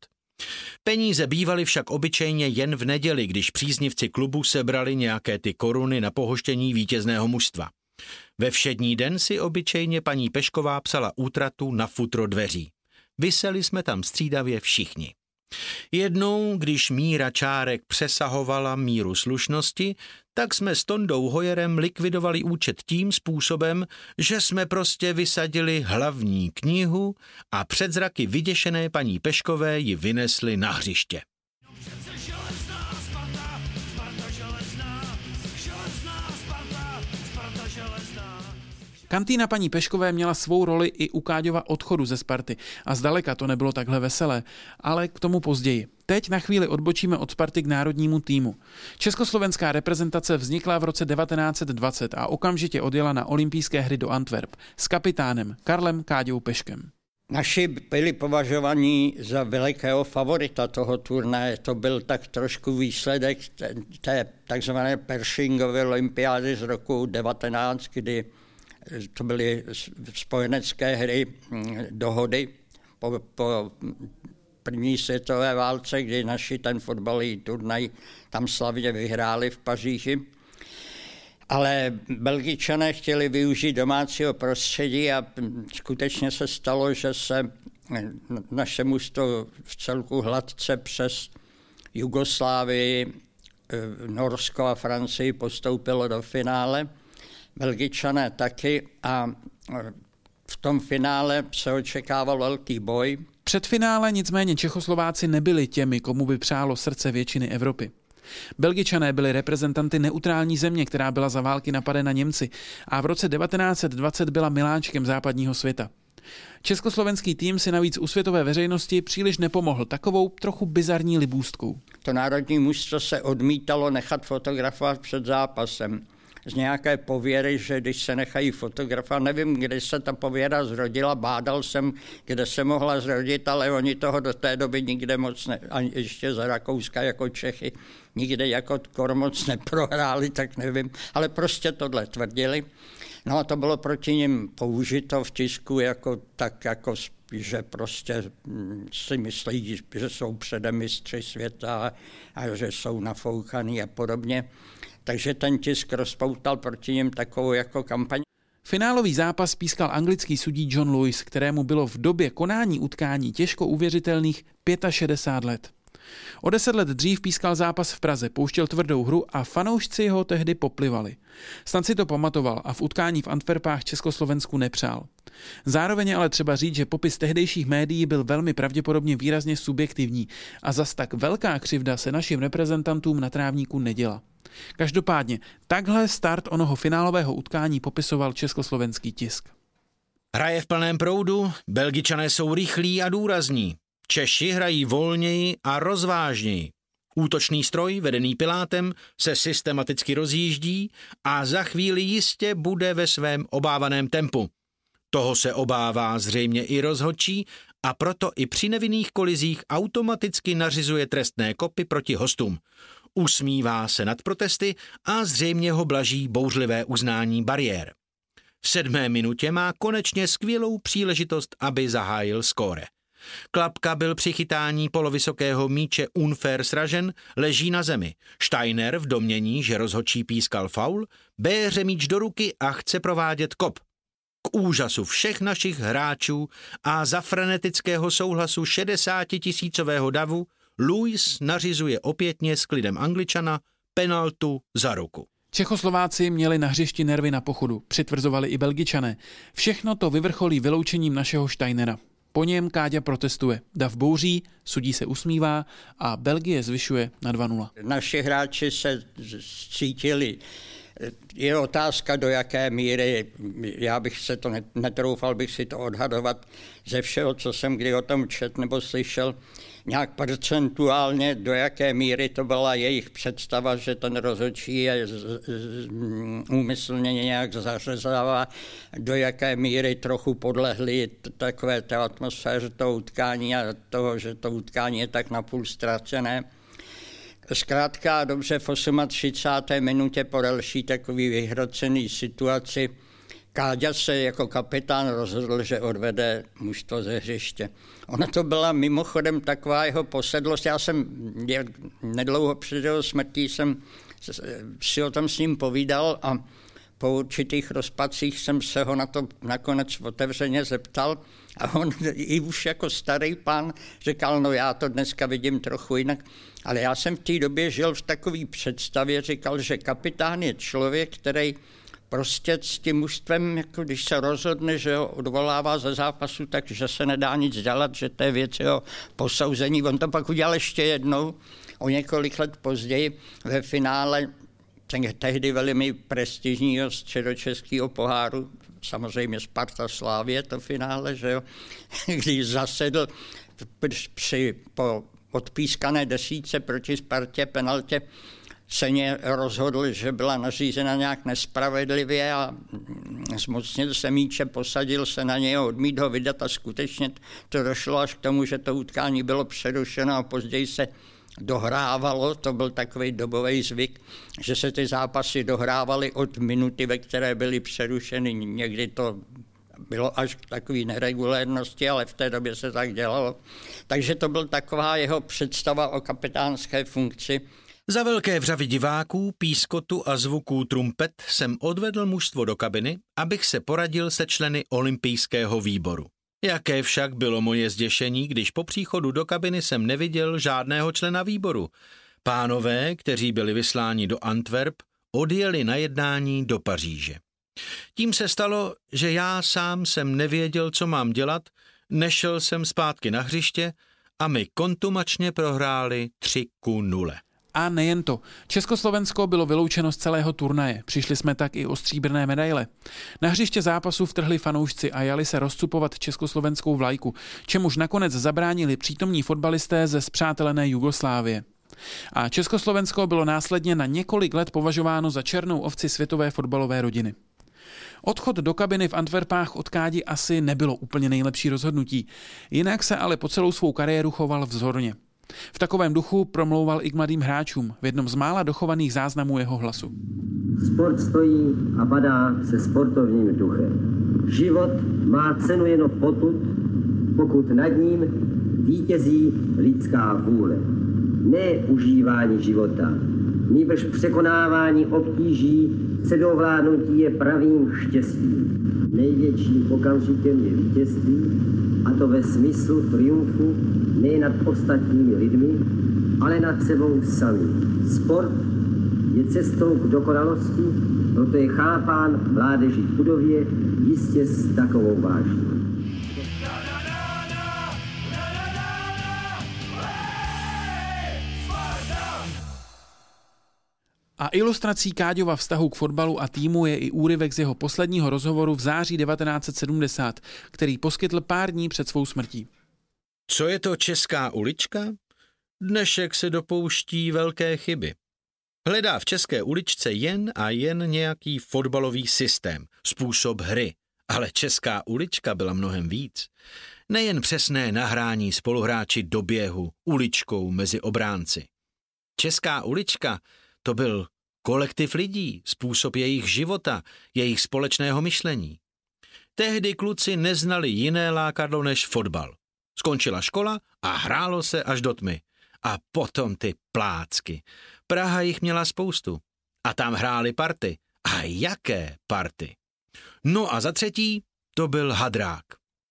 Peníze bývaly však obyčejně jen v neděli, když příznivci klubu sebrali nějaké ty koruny na pohoštění vítězného mužstva. Ve všední den si obyčejně paní Pešková psala útratu na futro dveří. Viseli jsme tam střídavě všichni. Jednou, když míra čárek přesahovala míru slušnosti, tak jsme s Tondou Hojerem likvidovali účet tím způsobem, že jsme prostě vysadili hlavní knihu a před zraky vyděšené paní Peškové ji vynesli na hřiště.
Kantýna paní Peškové měla svou roli i u Káďova odchodu ze Sparty a zdaleka to nebylo takhle veselé, ale k tomu později. Teď na chvíli odbočíme od Sparty k národnímu týmu. Československá reprezentace vznikla v roce devatenáct set dvacet a okamžitě odjela na olympijské hry do Antwerp s kapitánem Karlem Káďou Peškem.
Naši byli považovaní za velikého favorita toho turnaje. To byl tak trošku výsledek té takzvané Pershingové olympiády z roku devatenáct, kdy to byly spojenecké hry, dohody po, po první světové válce, kdy naši ten fotbalový turnaj tam slavně vyhráli v Paříži. Ale Belgičané chtěli využít domácího prostředí a skutečně se stalo, že se naše mužstvo v celku hladce přes Jugoslávii, Norsko a Francii postoupilo do finále. Belgičané taky a v tom finále se očekával velký boj.
Před finále nicméně Čechoslováci nebyli těmi, komu by přálo srdce většiny Evropy. Belgičané byli reprezentanty neutrální země, která byla za války napadena Němci a v roce devatenáct set dvacet byla miláčkem západního světa. Československý tým si navíc u světové veřejnosti příliš nepomohl takovou trochu bizarní libůstkou.
To národní mužstvo se odmítalo nechat fotografovat před zápasem. Z nějaké pověry, že když se nechají fotografovat, nevím, kde se ta pověra zrodila, bádal jsem, kde se mohla zrodit, ale oni toho do té doby nikde moc, ne, ani ještě za Rakouska jako Čechy, nikde jako kor moc neprohráli, tak nevím, ale prostě tohle tvrdili. No a to bylo proti nim použito v tisku jako tak, jako že prostě si myslí, že jsou předem mistři světa a že jsou nafoukaný a podobně. Takže ten tisk rozpoutal proti něm takovou jako kampaň.
Finálový zápas pískal anglický sudí John Lewis, kterému bylo v době konání utkání těžko uvěřitelných šedesát pět let. O deset let dřív pískal zápas v Praze, pouštěl tvrdou hru a fanoušci ho tehdy poplivali. Snad si to pamatoval a v utkání v Antwerpách Československu nepřál. Zároveň ale třeba říct, že popis tehdejších médií byl velmi pravděpodobně výrazně subjektivní a zas tak velká křivda se našim reprezentantům na trávníku neděla. Každopádně takhle start onoho finálového utkání popisoval československý tisk.
Hraje v plném proudu, Belgičané jsou rychlí a důrazní. Češi hrají volněji a rozvážněji. Útočný stroj, vedený Pilátem, se systematicky rozjíždí a za chvíli jistě bude ve svém obávaném tempu. Toho se obává zřejmě i rozhodčí a proto i při nevinných kolizích automaticky nařizuje trestné kopy proti hostům. Usmívá se nad protesty a zřejmě ho blaží bouřlivé uznání bariér. V sedmé minutě má konečně skvělou příležitost, aby zahájil skóre. Klapka byl při chytání polovysokého míče unfair sražen, leží na zemi. Steiner v domnění, že rozhodčí pískal faul, béře míč do ruky a chce provádět kop. K úžasu všech našich hráčů a za frenetického souhlasu šedesátitisícového davu Lewis nařizuje opětně s klidem Angličana penaltu za ruku.
Čechoslováci měli na hřišti nervy na pochodu, přitvrzovali i Belgičané. Všechno to vyvrcholí vyloučením našeho Steinera. Po něm Káďa protestuje. Dav bouří, sudí se usmívá a Belgie zvyšuje na dva nula.
Naši hráči se cítili. Je otázka, do jaké míry, já bych se to netroufal, bych si to odhadovat ze všeho, co jsem kdy o tom četl nebo slyšel, nějak percentuálně, do jaké míry to byla jejich představa, že ten rozhodčí je úmyslně nějak zařezává, do jaké míry trochu podlehli takové té atmosféře toho utkání a toho, že to utkání je tak napůl ztracené. Zkrátka dobře v třicáté osmé minutě po další takový vyhrocený situaci Káďa se jako kapitán rozhodl, že odvede mužstvo ze hřiště. Ona to byla mimochodem taková jeho posedlost. Já jsem nedlouho před jeho smrtí jsem si o tom s ním povídal a po určitých rozpacích jsem se ho na to nakonec otevřeně zeptal a on i už jako starý pán říkal, no já to dneska vidím trochu jinak, ale já jsem v té době žil v takové představě, říkal, že kapitán je člověk, který prostě s tím mužstvem, jako když se rozhodne, že ho odvolává ze zápasu, takže se nedá nic dělat, že to je věc jeho posouzení. On to pak udělal ještě jednou, o několik let později ve finále tehdy velmi prestižního středočeského poháru, samozřejmě Sparta Slavie, to finále, že jo, když zasedl při, po odpískané desítce proti Spartě penaltě, se ně rozhodl, že byla nařízena nějak nespravedlivě a zmocnil se míče, posadil se na něj, odmít ho vydat a skutečně to došlo až k tomu, že to utkání bylo přerušeno a později se dohrávalo, to byl takový dobový zvyk, že se ty zápasy dohrávaly od minuty, ve které byly přerušeny. Někdy to bylo až k takové neregulérnosti, ale v té době se tak dělalo. Takže to byl taková jeho představa o kapitánské funkci.
Za velké vřavy diváků, pískotu a zvuků trumpet jsem odvedl mužstvo do kabiny, abych se poradil se členy olympijského výboru. Jaké však bylo moje zděšení, když po příchodu do kabiny jsem neviděl žádného člena výboru. Pánové, kteří byli vysláni do Antwerp, odjeli na jednání do Paříže. Tím se stalo, že já sám jsem nevěděl, co mám dělat, nešel jsem zpátky na hřiště a my kontumačně prohráli tři ku nule.
A nejen to. Československo bylo vyloučeno z celého turnaje. Přišli jsme tak i o stříbrné medaile. Na hřiště zápasu vtrhli fanoušci a jali se rozcupovat československou vlajku, čemuž nakonec zabránili přítomní fotbalisté ze spřátelené Jugoslávie. A Československo bylo následně na několik let považováno za černou ovci světové fotbalové rodiny. Odchod do kabiny v Antwerpách od Kádi asi nebylo úplně nejlepší rozhodnutí, jinak se ale po celou svou kariéru choval vzorně. V takovém duchu promlouval i k mladým hráčům v jednom z mála dochovaných záznamů jeho hlasu.
Sport stojí a padá se sportovním duchem. Život má cenu jen potud, pokud nad ním vítězí lidská vůle. Ne užívání života, nýbrž překonávání obtíží, sedovládnutí je pravým štěstím. Největším okamžikem je vítězství, a to ve smyslu triumfu ne nad ostatními lidmi, ale nad sebou samým. Sport je cestou k dokonalosti, proto je chápán mládeží v Chudově jistě s takovou vážní.
A ilustrací Káďova vztahu k fotbalu a týmu je i úryvek z jeho posledního rozhovoru v září devatenáct set sedmdesát, který poskytl pár dní před svou smrtí.
Co je to česká ulička? Dnešek se dopouští velké chyby. Hledá v české uličce jen a jen nějaký fotbalový systém, způsob hry, ale česká ulička byla mnohem víc. Nejen přesné nahrání spoluhráči do běhu uličkou mezi obránci. Česká ulička to byl kolektiv lidí, způsob jejich života, jejich společného myšlení. Tehdy kluci neznali jiné lákadlo než fotbal. Skončila škola a hrálo se až do tmy. A potom ty plácky. Praha jich měla spoustu. A tam hráli party. A jaké party? No a za třetí to byl hadrák.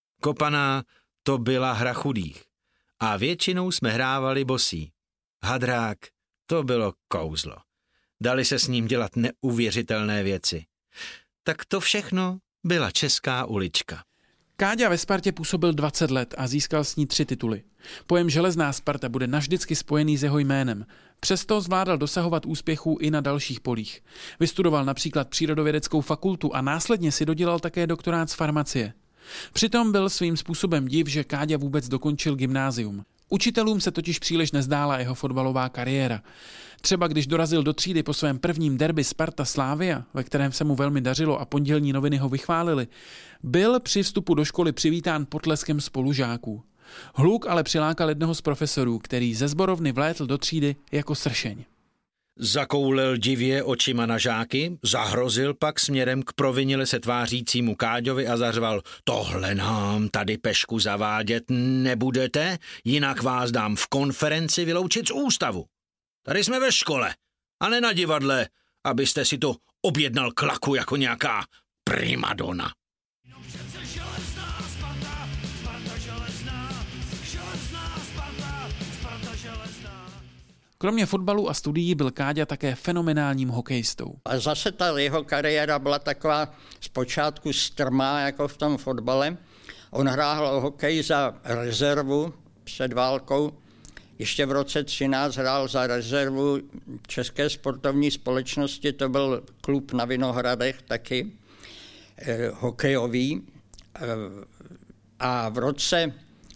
Kopaná to byla hra chudých. A většinou jsme hrávali bosí. Hadrák to bylo kouzlo. Dali se s ním dělat neuvěřitelné věci. Tak to všechno byla česká ulička.
Káďa ve Spartě působil dvacet let a získal s ní tři tituly. Pojem železná Sparta bude navždycky spojený s jeho jménem. Přesto zvládal dosahovat úspěchů i na dalších polích. Vystudoval například přírodovědeckou fakultu a následně si dodělal také doktorát z farmacie. Přitom byl svým způsobem div, že Káďa vůbec dokončil gymnázium. Učitelům se totiž příliš nezdála jeho fotbalová kariéra. Třeba když dorazil do třídy po svém prvním derby Sparta Slavia, ve kterém se mu velmi dařilo a pondělní noviny ho vychválili, byl při vstupu do školy přivítán potleskem spolužáků. Hluk ale přilákal jednoho z profesorů, který ze sborovny vlétl do třídy jako sršeň.
Zakoulel divě očima na žáky, zahrozil pak směrem k provinile se tvářícímu Káďovi a zařval: tohle nám tady Pešku zavádět nebudete, jinak vás dám v konferenci vyloučit z ústavu. Tady jsme ve škole a ne na divadle, abyste si to objednal klaku jako nějaká primadona.
Kromě fotbalu a studií byl Káďa také fenomenálním hokejistou.
A zase ta jeho kariéra byla taková zpočátku strmá jako v tom fotbale. On hrál hokej za rezervu před válkou, ještě v roce třináct hrál za rezervu České sportovní společnosti, to byl klub na Vinohradech taky, eh, hokejový. Eh, a v roce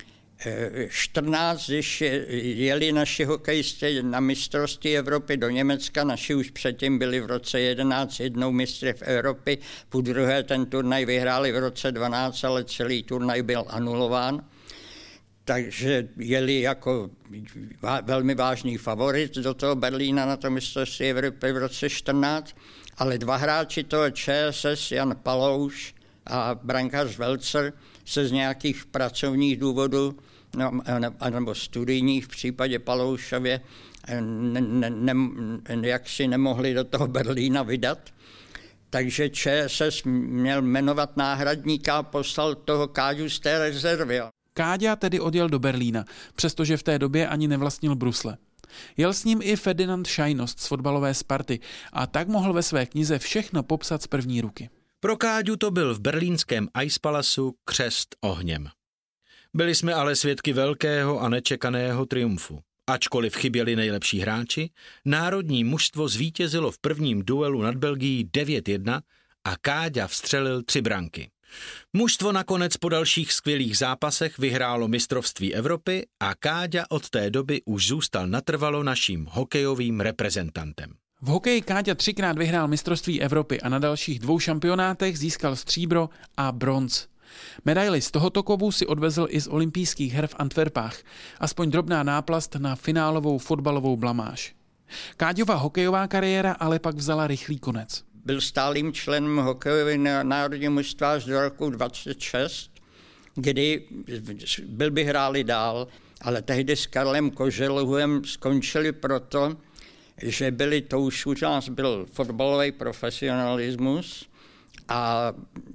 čtrnáct, když jeli naši hokejisti na mistrovství Evropy do Německa, naši už předtím byli v roce jedenáct jednou mistry v Evropě, po druhé ten turnaj vyhráli v roce dvanáct, ale celý turnaj byl anulován. Takže jeli jako velmi vážný favorit do toho Berlína na to mistrovství Evropy v roce čtrnáct, ale dva hráči toho Č S S, Jan Palouš a brankář Velcer, se z nějakých pracovních důvodů no, nebo studijních v případě Paloušově ne, ne, ne, jak si nemohli do toho Berlína vydat. Takže Č S S měl jmenovat náhradníka a poslal toho Káďu z té rezervy.
Káďa tedy odjel do Berlína, přestože v té době ani nevlastnil brusle. Jel s ním i Ferdinand Šajnost z fotbalové Sparty a tak mohl ve své knize všechno popsat z první ruky.
Pro Káďu to byl v berlínském Eispalasu křest ohněm. Byli jsme ale svědky velkého a nečekaného triumfu. Ačkoliv chyběli nejlepší hráči, národní mužstvo zvítězilo v prvním duelu nad Belgií devět jedna a Káďa vstřelil tři branky. Mužstvo nakonec po dalších skvělých zápasech vyhrálo mistrovství Evropy a Káďa od té doby už zůstal natrvalo naším hokejovým reprezentantem.
V hokeji Káďa třikrát vyhrál mistrovství Evropy a na dalších dvou šampionátech získal stříbro a bronz. Medaili z tohoto kovu si odvezl i z olympijských her v Antwerpách, aspoň drobná náplast na finálovou fotbalovou blamáž. Káďova hokejová kariéra ale pak vzala rychlý konec.
Byl stálým členem hokejového národního mužstva až do roku dvacet šest, kdy byl by hráli dál, ale tehdy s Karlem Koželuhem skončili proto, že byli, to už u nás byl fotbalový profesionalismus a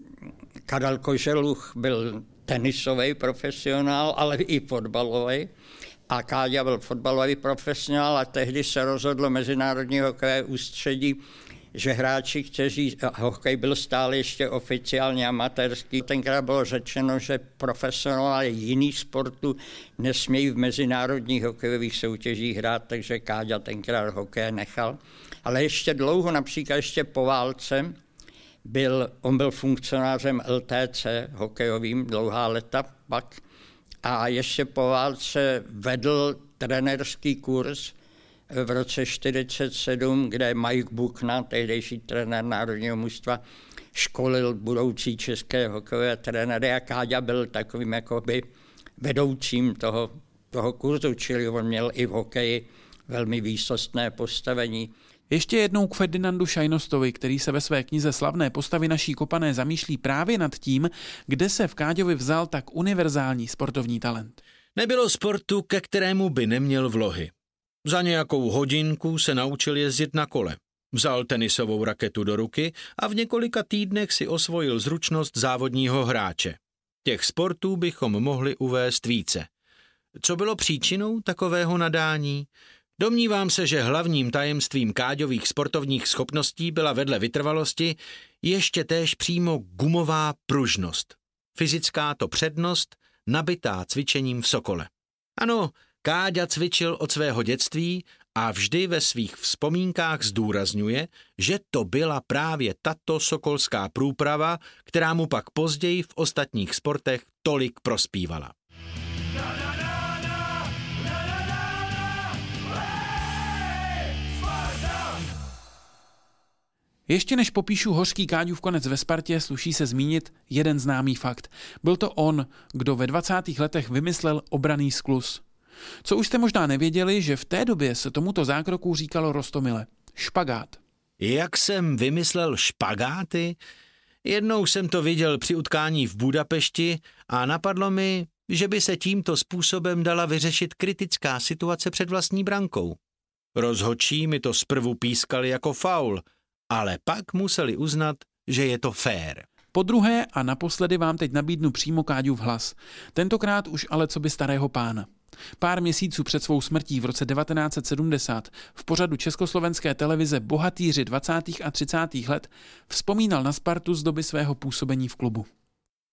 Karel Koželuch byl tenisový profesionál, ale i fotbalový. A Káďa byl fotbalový profesionál a tehdy se rozhodlo Mezinárodní hokejové ústředí, že hráči, kteří, hokej byl stále ještě oficiálně amatérský, tenkrát bylo řečeno, že profesionálové jiných sportů nesmějí v mezinárodních hokejových soutěžích hrát, takže Káďa tenkrát hokej nechal. Ale ještě dlouho, například ještě po válce, byl, on byl funkcionářem L T C hokejovým dlouhá léta pak a ještě po válce vedl trenérský kurz v roce čtyřicet sedm, kde Mike Buchna, tehdejší trenér národního mužstva, školil budoucí české hokejové trenéry a Káďa byl takovým jakoby vedoucím toho, toho kurzu, čili on měl i v hokeji velmi výsostné postavení.
Ještě jednou k Ferdinandu Šajnostovi, který se ve své knize Slavné postavy naší kopané zamýšlí právě nad tím, kde se v Káďovi vzal tak univerzální sportovní talent.
Nebylo sportu, ke kterému by neměl vlohy. Za nějakou hodinku se naučil jezdit na kole. Vzal tenisovou raketu do ruky a v několika týdnech si osvojil zručnost závodního hráče. Těch sportů bychom mohli uvést více. Co bylo příčinou takového nadání? Domnívám se, že hlavním tajemstvím Káďových sportovních schopností byla vedle vytrvalosti ještě též přímo gumová pružnost. Fyzická to přednost, nabitá cvičením v Sokole. Ano, Káďa cvičil od svého dětství a vždy ve svých vzpomínkách zdůrazňuje, že to byla právě tato sokolská průprava, která mu pak později v ostatních sportech tolik prospívala.
Ještě než popíšu hořký Káďův konec ve Spartě, sluší se zmínit jeden známý fakt. Byl to on, kdo ve dvacátých letech vymyslel obranný skluz. Co už jste možná nevěděli, že v té době se tomuto zákroku říkalo roztomile. Špagát.
Jak jsem vymyslel špagáty? Jednou jsem to viděl při utkání v Budapešti a napadlo mi, že by se tímto způsobem dala vyřešit kritická situace před vlastní brankou. Rozhodčí mi to zprvu pískali jako faul, ale pak museli uznat, že je to fér.
Po druhé a naposledy vám teď nabídnu přímo Káďův hlas. Tentokrát už ale coby starého pána. Pár měsíců před svou smrtí v roce devatenáct set sedmdesát v pořadu československé televize Bohatýři dvacátých a třicátých let vzpomínal na Spartu z doby svého působení v klubu.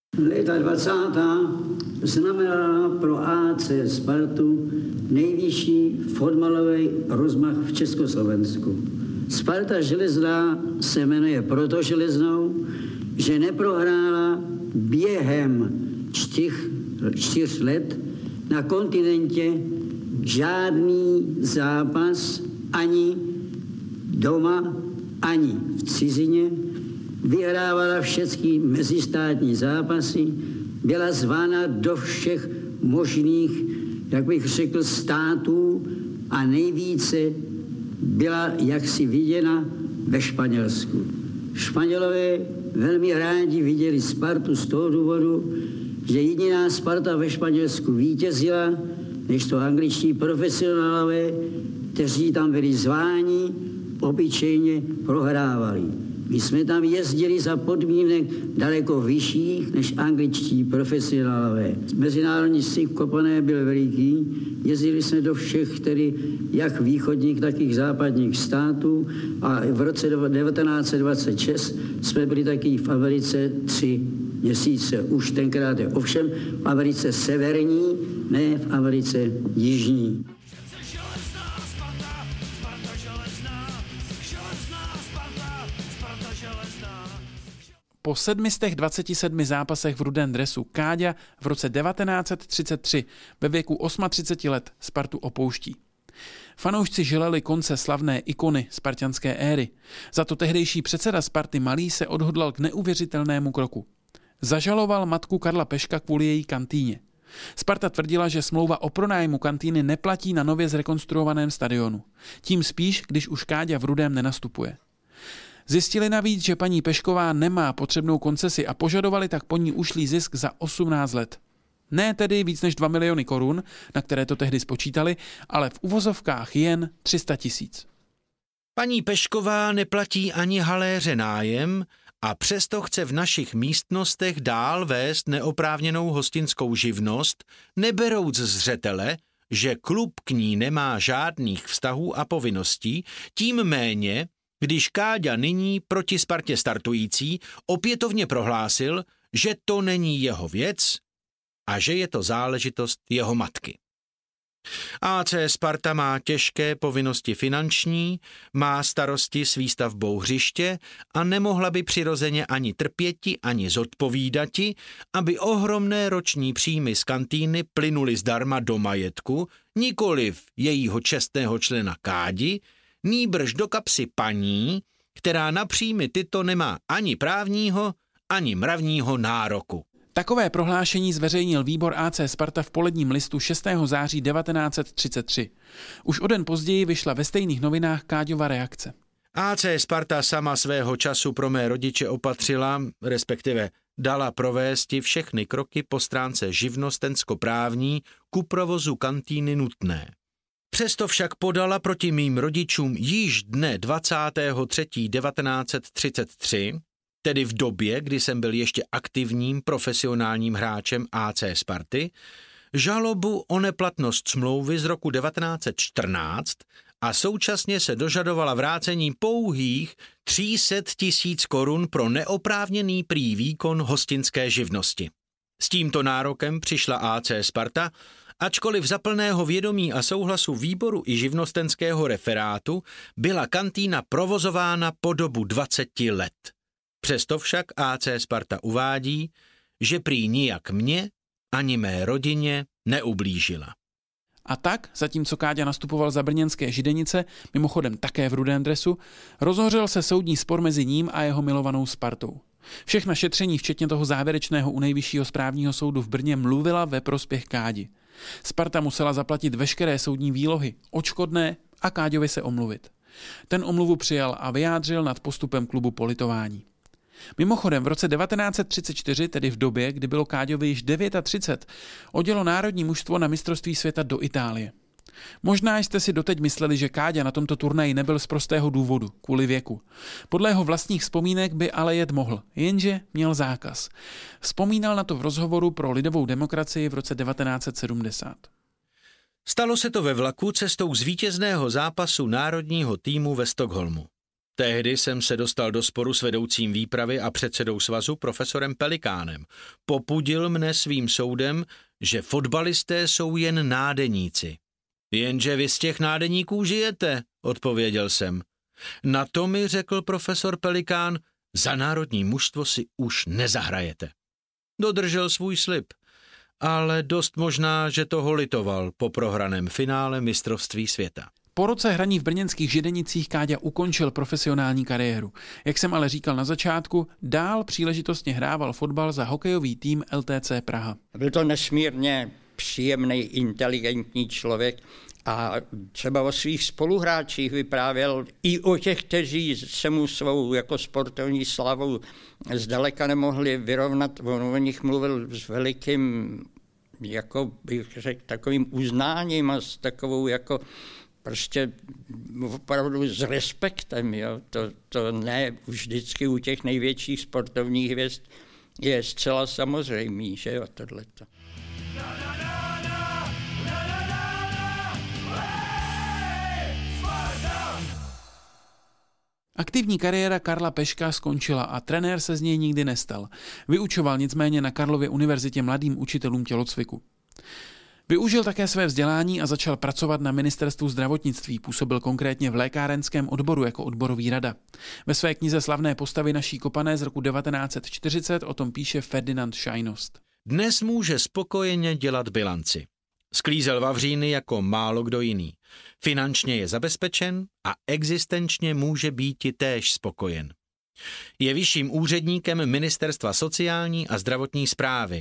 Léta dvacátá znamenala pro á cé Spartu nejvyšší fotbalový rozmach v Československu. Sparta Železná se jmenuje proto Železnou, že neprohrála během čtyř, čtyř let na kontinentě žádný zápas ani doma, ani v cizině. Vyhrávala všechny mezistátní zápasy, byla zvána do všech možných, jak bych řekl, států a nejvíce byla jaksi viděna ve Španělsku. Španělové velmi rádi viděli Spartu z toho důvodu, že jediná Sparta ve Španělsku vítězila, než to angličtí profesionálové, kteří tam byli zváni, obyčejně prohrávali. My jsme tam jezdili za podmínek daleko vyšších než angličtí profesionálové. Mezinárodní styk Kopané byl veliký, jezdili jsme do všech, tedy jak východních, tak i západních států a v roce devatenáct set dvacet šest jsme byli taky v Americe tři měsíce. Už tenkrát je ovšem v Americe severní, ne v Americe jižní.
Po sedmistech dvaceti sedmi zápasech v rudém dresu Káďa v roce devatenáct set třicet tři ve věku třiceti osmi let Spartu opouští. Fanoušci želeli konce slavné ikony spartanské éry. Za to tehdejší předseda Sparty Malý se odhodlal k neuvěřitelnému kroku. Zažaloval matku Karla Peška kvůli její kantýně. Sparta tvrdila, že smlouva o pronájmu kantýny neplatí na nově zrekonstruovaném stadionu. Tím spíš, když už Káďa v rudém nenastupuje. Zjistili navíc, že paní Pešková nemá potřebnou koncesi a požadovali tak po ní ušlý zisk za osmnáct let. Ne tedy víc než dva miliony korun, na které to tehdy spočítali, ale v uvozovkách jen tři sta tisíc.
Paní Pešková neplatí ani haléře nájem a přesto chce v našich místnostech dál vést neoprávněnou hostinskou živnost, neberouc zřetele, že klub k ní nemá žádných vztahů a povinností, tím méně, když Káďa nyní proti Spartě startující opětovně prohlásil, že to není jeho věc a že je to záležitost jeho matky. á cé Sparta má těžké povinnosti finanční, má starosti s výstavbou hřiště a nemohla by přirozeně ani trpěti, ani zodpovídati, aby ohromné roční příjmy z kantýny plynuly zdarma do majetku, nikoliv jejího čestného člena Kádi, nýbrž do kapsy paní, která na příjmy tyto nemá ani právního, ani mravního nároku.
Takové prohlášení zveřejnil výbor á cé Sparta v Poledním listu šestého září devatenáct set třicet tři. Už o den později vyšla ve stejných novinách Káďova reakce.
á cé Sparta sama svého času pro mé rodiče opatřila, respektive dala provésti všechny kroky po stránce živnostensko-právní ku provozu kantýny nutné. Přesto však podala proti mým rodičům již dne dvacátého třetího devatenáct set třicet tři, tedy v době, kdy jsem byl ještě aktivním profesionálním hráčem á cé Sparty, žalobu o neplatnost smlouvy z roku devatenáct set čtrnáct a současně se dožadovala vrácení pouhých tři sta tisíc korun pro neoprávněný prý výkon hostinské živnosti. S tímto nárokem přišla á cé Sparta, ačkoliv za plného vědomí a souhlasu výboru i živnostenského referátu byla kantýna provozována po dobu dvaceti let. Přesto však á cé Sparta uvádí, že prý nijak mě ani mé rodině neublížila.
A tak, zatímco Káďa nastupoval za brněnské Židenice, mimochodem také v rudém dresu, rozhořel se soudní spor mezi ním a jeho milovanou Spartou. Všechna šetření, včetně toho závěrečného u nejvyššího správního soudu v Brně, mluvila ve prospěch Kádi. Sparta musela zaplatit veškeré soudní výlohy, odškodné a Káďovi se omluvit. Ten omluvu přijal a vyjádřil nad postupem klubu politování. Mimochodem v roce devatenáct set třicet čtyři, tedy v době, kdy bylo Káďovi již třicet devět, odjelo národní mužstvo na mistrovství světa do Itálie. Možná jste si doteď mysleli, že Káďa na tomto turnaji nebyl z prostého důvodu, kvůli věku. Podle jeho vlastních vzpomínek by ale jet mohl, jenže měl zákaz. Vzpomínal na to v rozhovoru pro Lidovou demokracii v roce devatenáct set sedmdesát.
Stalo se to ve vlaku cestou z vítězného zápasu národního týmu ve Stockholmu. Tehdy jsem se dostal do sporu s vedoucím výpravy a předsedou svazu profesorem Pelikánem. Popudil mne svým soudem, že fotbalisté jsou jen nádeníci. Jenže vy z těch nádeníků žijete, odpověděl jsem. Na to mi řekl profesor Pelikán, za národní mužstvo si už nezahrajete. Dodržel svůj slib, ale dost možná, že toho litoval po prohraném finále mistrovství světa.
Po roce hraní v brněnských Židenicích Káďa ukončil profesionální kariéru. Jak jsem ale říkal na začátku, dál příležitostně hrával fotbal za hokejový tým L T C Praha.
Byl to nesmírně příjemný, inteligentní člověk a třeba o svých spoluhráčích vyprávěl i o těch, kteří se mu svou jako sportovní slavou zdaleka nemohli vyrovnat. On o nich mluvil s velikým, jako bych řekl, takovým uznáním a s takovou jako prostě opravdu s respektem. Jo. To, to ne vždycky u těch největších sportovních hvězd je zcela samozřejmý, že jo, tohleto.
Aktivní kariéra Karla Peška skončila a trenér se z něj nikdy nestal. Vyučoval nicméně na Karlově univerzitě mladým učitelům tělocviku. Využil také své vzdělání a začal pracovat na ministerstvu zdravotnictví. Působil konkrétně v lékárenském odboru jako odborový rada. Ve své knize Slavné postavy naší Kopané z roku devatenáct set čtyřicet o tom píše Ferdinand Šajnost.
Dnes může spokojeně dělat bilanci. Sklízel vavříny jako málo kdo jiný. Finančně je zabezpečen a existenčně může být i též spokojen. Je vyšším úředníkem Ministerstva sociální a zdravotní správy.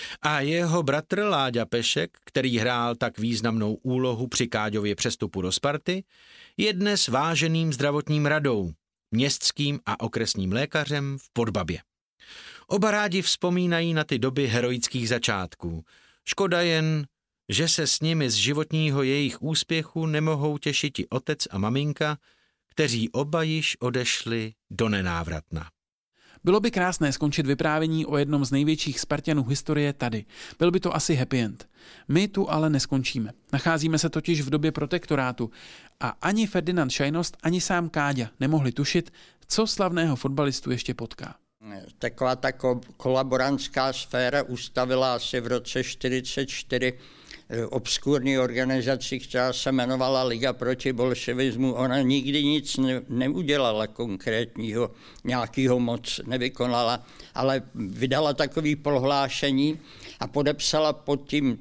A jeho bratr Láďa Pešek, který hrál tak významnou úlohu při Káďově přestupu do Sparty, je dnes váženým zdravotním radou, městským a okresním lékařem v Podbabě. Oba rádi vzpomínají na ty doby heroických začátků. Škoda jen, že se s nimi z životního jejich úspěchu nemohou těšit i otec a maminka, kteří oba již odešli do nenávratna.
Bylo by krásné skončit vyprávění o jednom z největších Spartanů historie tady. Byl by to asi happy end. My tu ale neskončíme. Nacházíme se totiž v době protektorátu a ani Ferdinand Šajnost, ani sám Káďa nemohli tušit, co slavného fotbalistu ještě potká.
Taková ta kolaborantská sféra ustavila asi v roce čtyřicet čtyři obskurní organizaci, která se jmenovala Liga proti bolševismu. Ona nikdy nic ne, neudělala konkrétního, nějakého moc nevykonala, ale vydala takové prohlášení a podepsala pod tím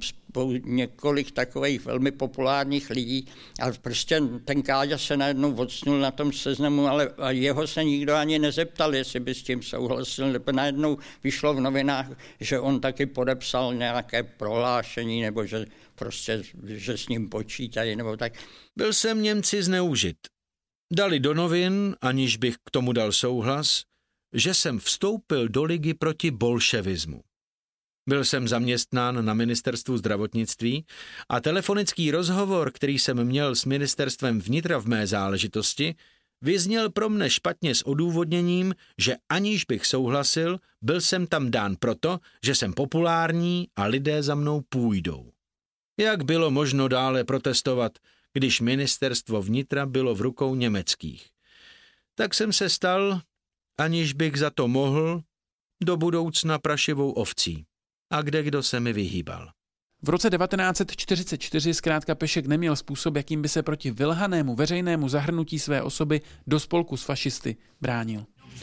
několik takových velmi populárních lidí a prostě ten Káďa se najednou odsnul na tom seznamu, ale jeho se nikdo ani nezeptal, jestli by s tím souhlasil, nebo najednou vyšlo v novinách, že on taky podepsal nějaké prohlášení, nebo že prostě, že s ním počítají, nebo tak.
Byl jsem Němci zneužit. Dali do novin, aniž bych k tomu dal souhlas, že jsem vstoupil do ligy proti bolševismu. Byl jsem zaměstnán na ministerstvu zdravotnictví a telefonický rozhovor, který jsem měl s ministerstvem vnitra v mé záležitosti, vyzněl pro mne špatně s odůvodněním, že aniž bych souhlasil, byl jsem tam dán proto, že jsem populární a lidé za mnou půjdou. Jak bylo možno dále protestovat, když ministerstvo vnitra bylo v rukou německých? Tak jsem se stal, aniž bych za to mohl, do budoucna prašivou ovcí. A kde kdo se mi vyhýbal.
V roce devatenáct set čtyřicet čtyři zkrátka Pešek neměl způsob, jakým by se proti vylhanému veřejnému zahrnutí své osoby do spolku s fašisty bránil.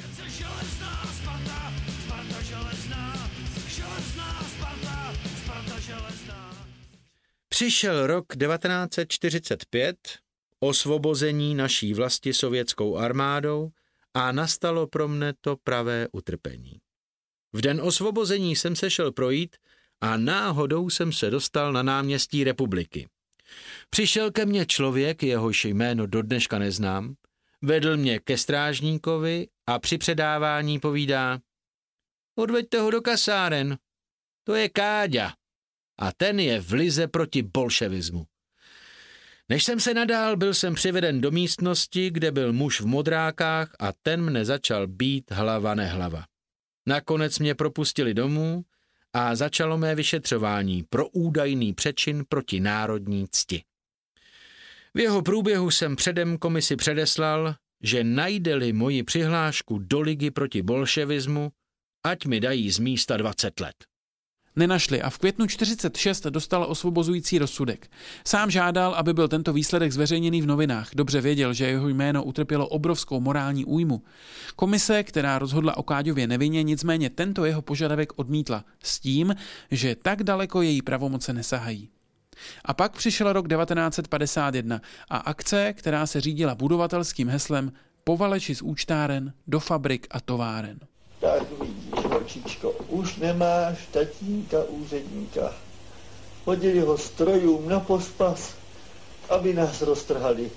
Přišel rok devatenáct set čtyřicet pět, osvobození naší vlasti sovětskou armádou a nastalo pro mne to pravé utrpení. V den osvobození jsem se šel projít a náhodou jsem se dostal na náměstí Republiky. Přišel ke mně člověk, jehož jméno do dneška neznám, vedl mě ke strážníkovi a při předávání povídá: odveďte ho do kasáren, to je Káďa a ten je v lize proti bolševismu. Než jsem se nadál, byl jsem přiveden do místnosti, kde byl muž v modrákách a ten mne začal bít hlava nehlava. Nakonec mě propustili domů a začalo mé vyšetřování pro údajný přečin proti národní cti. V jeho průběhu jsem předem komisi předeslal, že najde-li moji přihlášku do ligy proti bolševismu, ať mi dají z místa dvacet let.
Nenašli a v květnu čtyřicet šest dostal osvobozující rozsudek. Sám žádal, aby byl tento výsledek zveřejněný v novinách. Dobře věděl, že jeho jméno utrpělo obrovskou morální újmu. Komise, která rozhodla o Káďově nevině, nicméně tento jeho požadavek odmítla s tím, že tak daleko její pravomoce nesahají. A pak přišel rok devatenáct set padesát jedna a akce, která se řídila budovatelským heslem Povaleči z účtáren do fabrik a továren.
Tak vidíš, holčičko, už nemáš tatínka úředníka. Hodili ho strojům na pospas, aby nás roztrhali,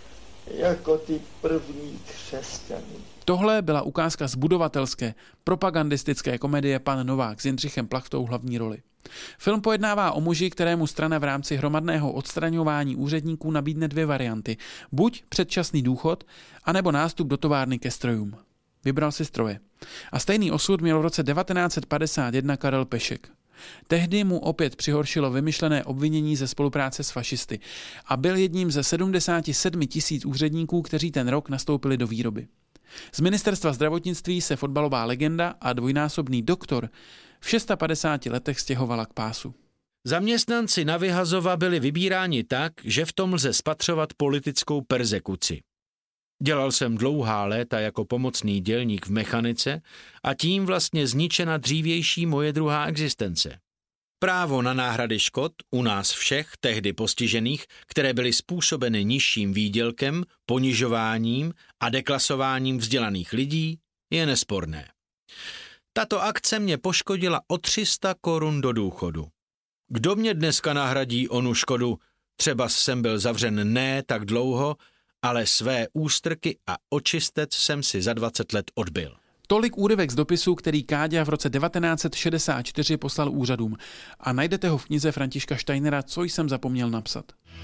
jako ty první křesťany.
Tohle byla ukázka z budovatelské, propagandistické komedie Pan Novák s Jindřichem Plachtou hlavní roli. Film pojednává o muži, kterému strana v rámci hromadného odstraňování úředníků nabídne dvě varianty. Buď předčasný důchod, anebo nástup do továrny ke strojům. Vybral si stroje. A stejný osud měl v roce devatenáct set padesát jedna Karel Pešek. Tehdy mu opět přihoršilo vymyšlené obvinění ze spolupráce s fašisty a byl jedním ze sedmdesát sedm tisíc úředníků, kteří ten rok nastoupili do výroby. Z ministerstva zdravotnictví se fotbalová legenda a dvojnásobný doktor v padesáti šesti letech stěhovala k pásu.
Zaměstnanci na Vyhazova byli vybíráni tak, že v tom lze spatřovat politickou perzekuci. Dělal jsem dlouhá léta jako pomocný dělník v mechanice a tím vlastně zničena dřívější moje druhá existence. Právo na náhrady škod u nás všech tehdy postižených, které byly způsobeny nižším výdělkem, ponižováním a deklasováním vzdělaných lidí, je nesporné. Tato akce mě poškodila o tři sta korun do důchodu. Kdo mě dneska nahradí onu škodu? Třeba jsem byl zavřen ne tak dlouho, ale své ústrky a očistec jsem si za dvacet let odbyl.
Tolik úryvek z dopisu, který Káďa v roce devatenáct set šedesát čtyři poslal úřadům. A najdete ho v knize Františka Steinera Co jsem zapomněl napsat.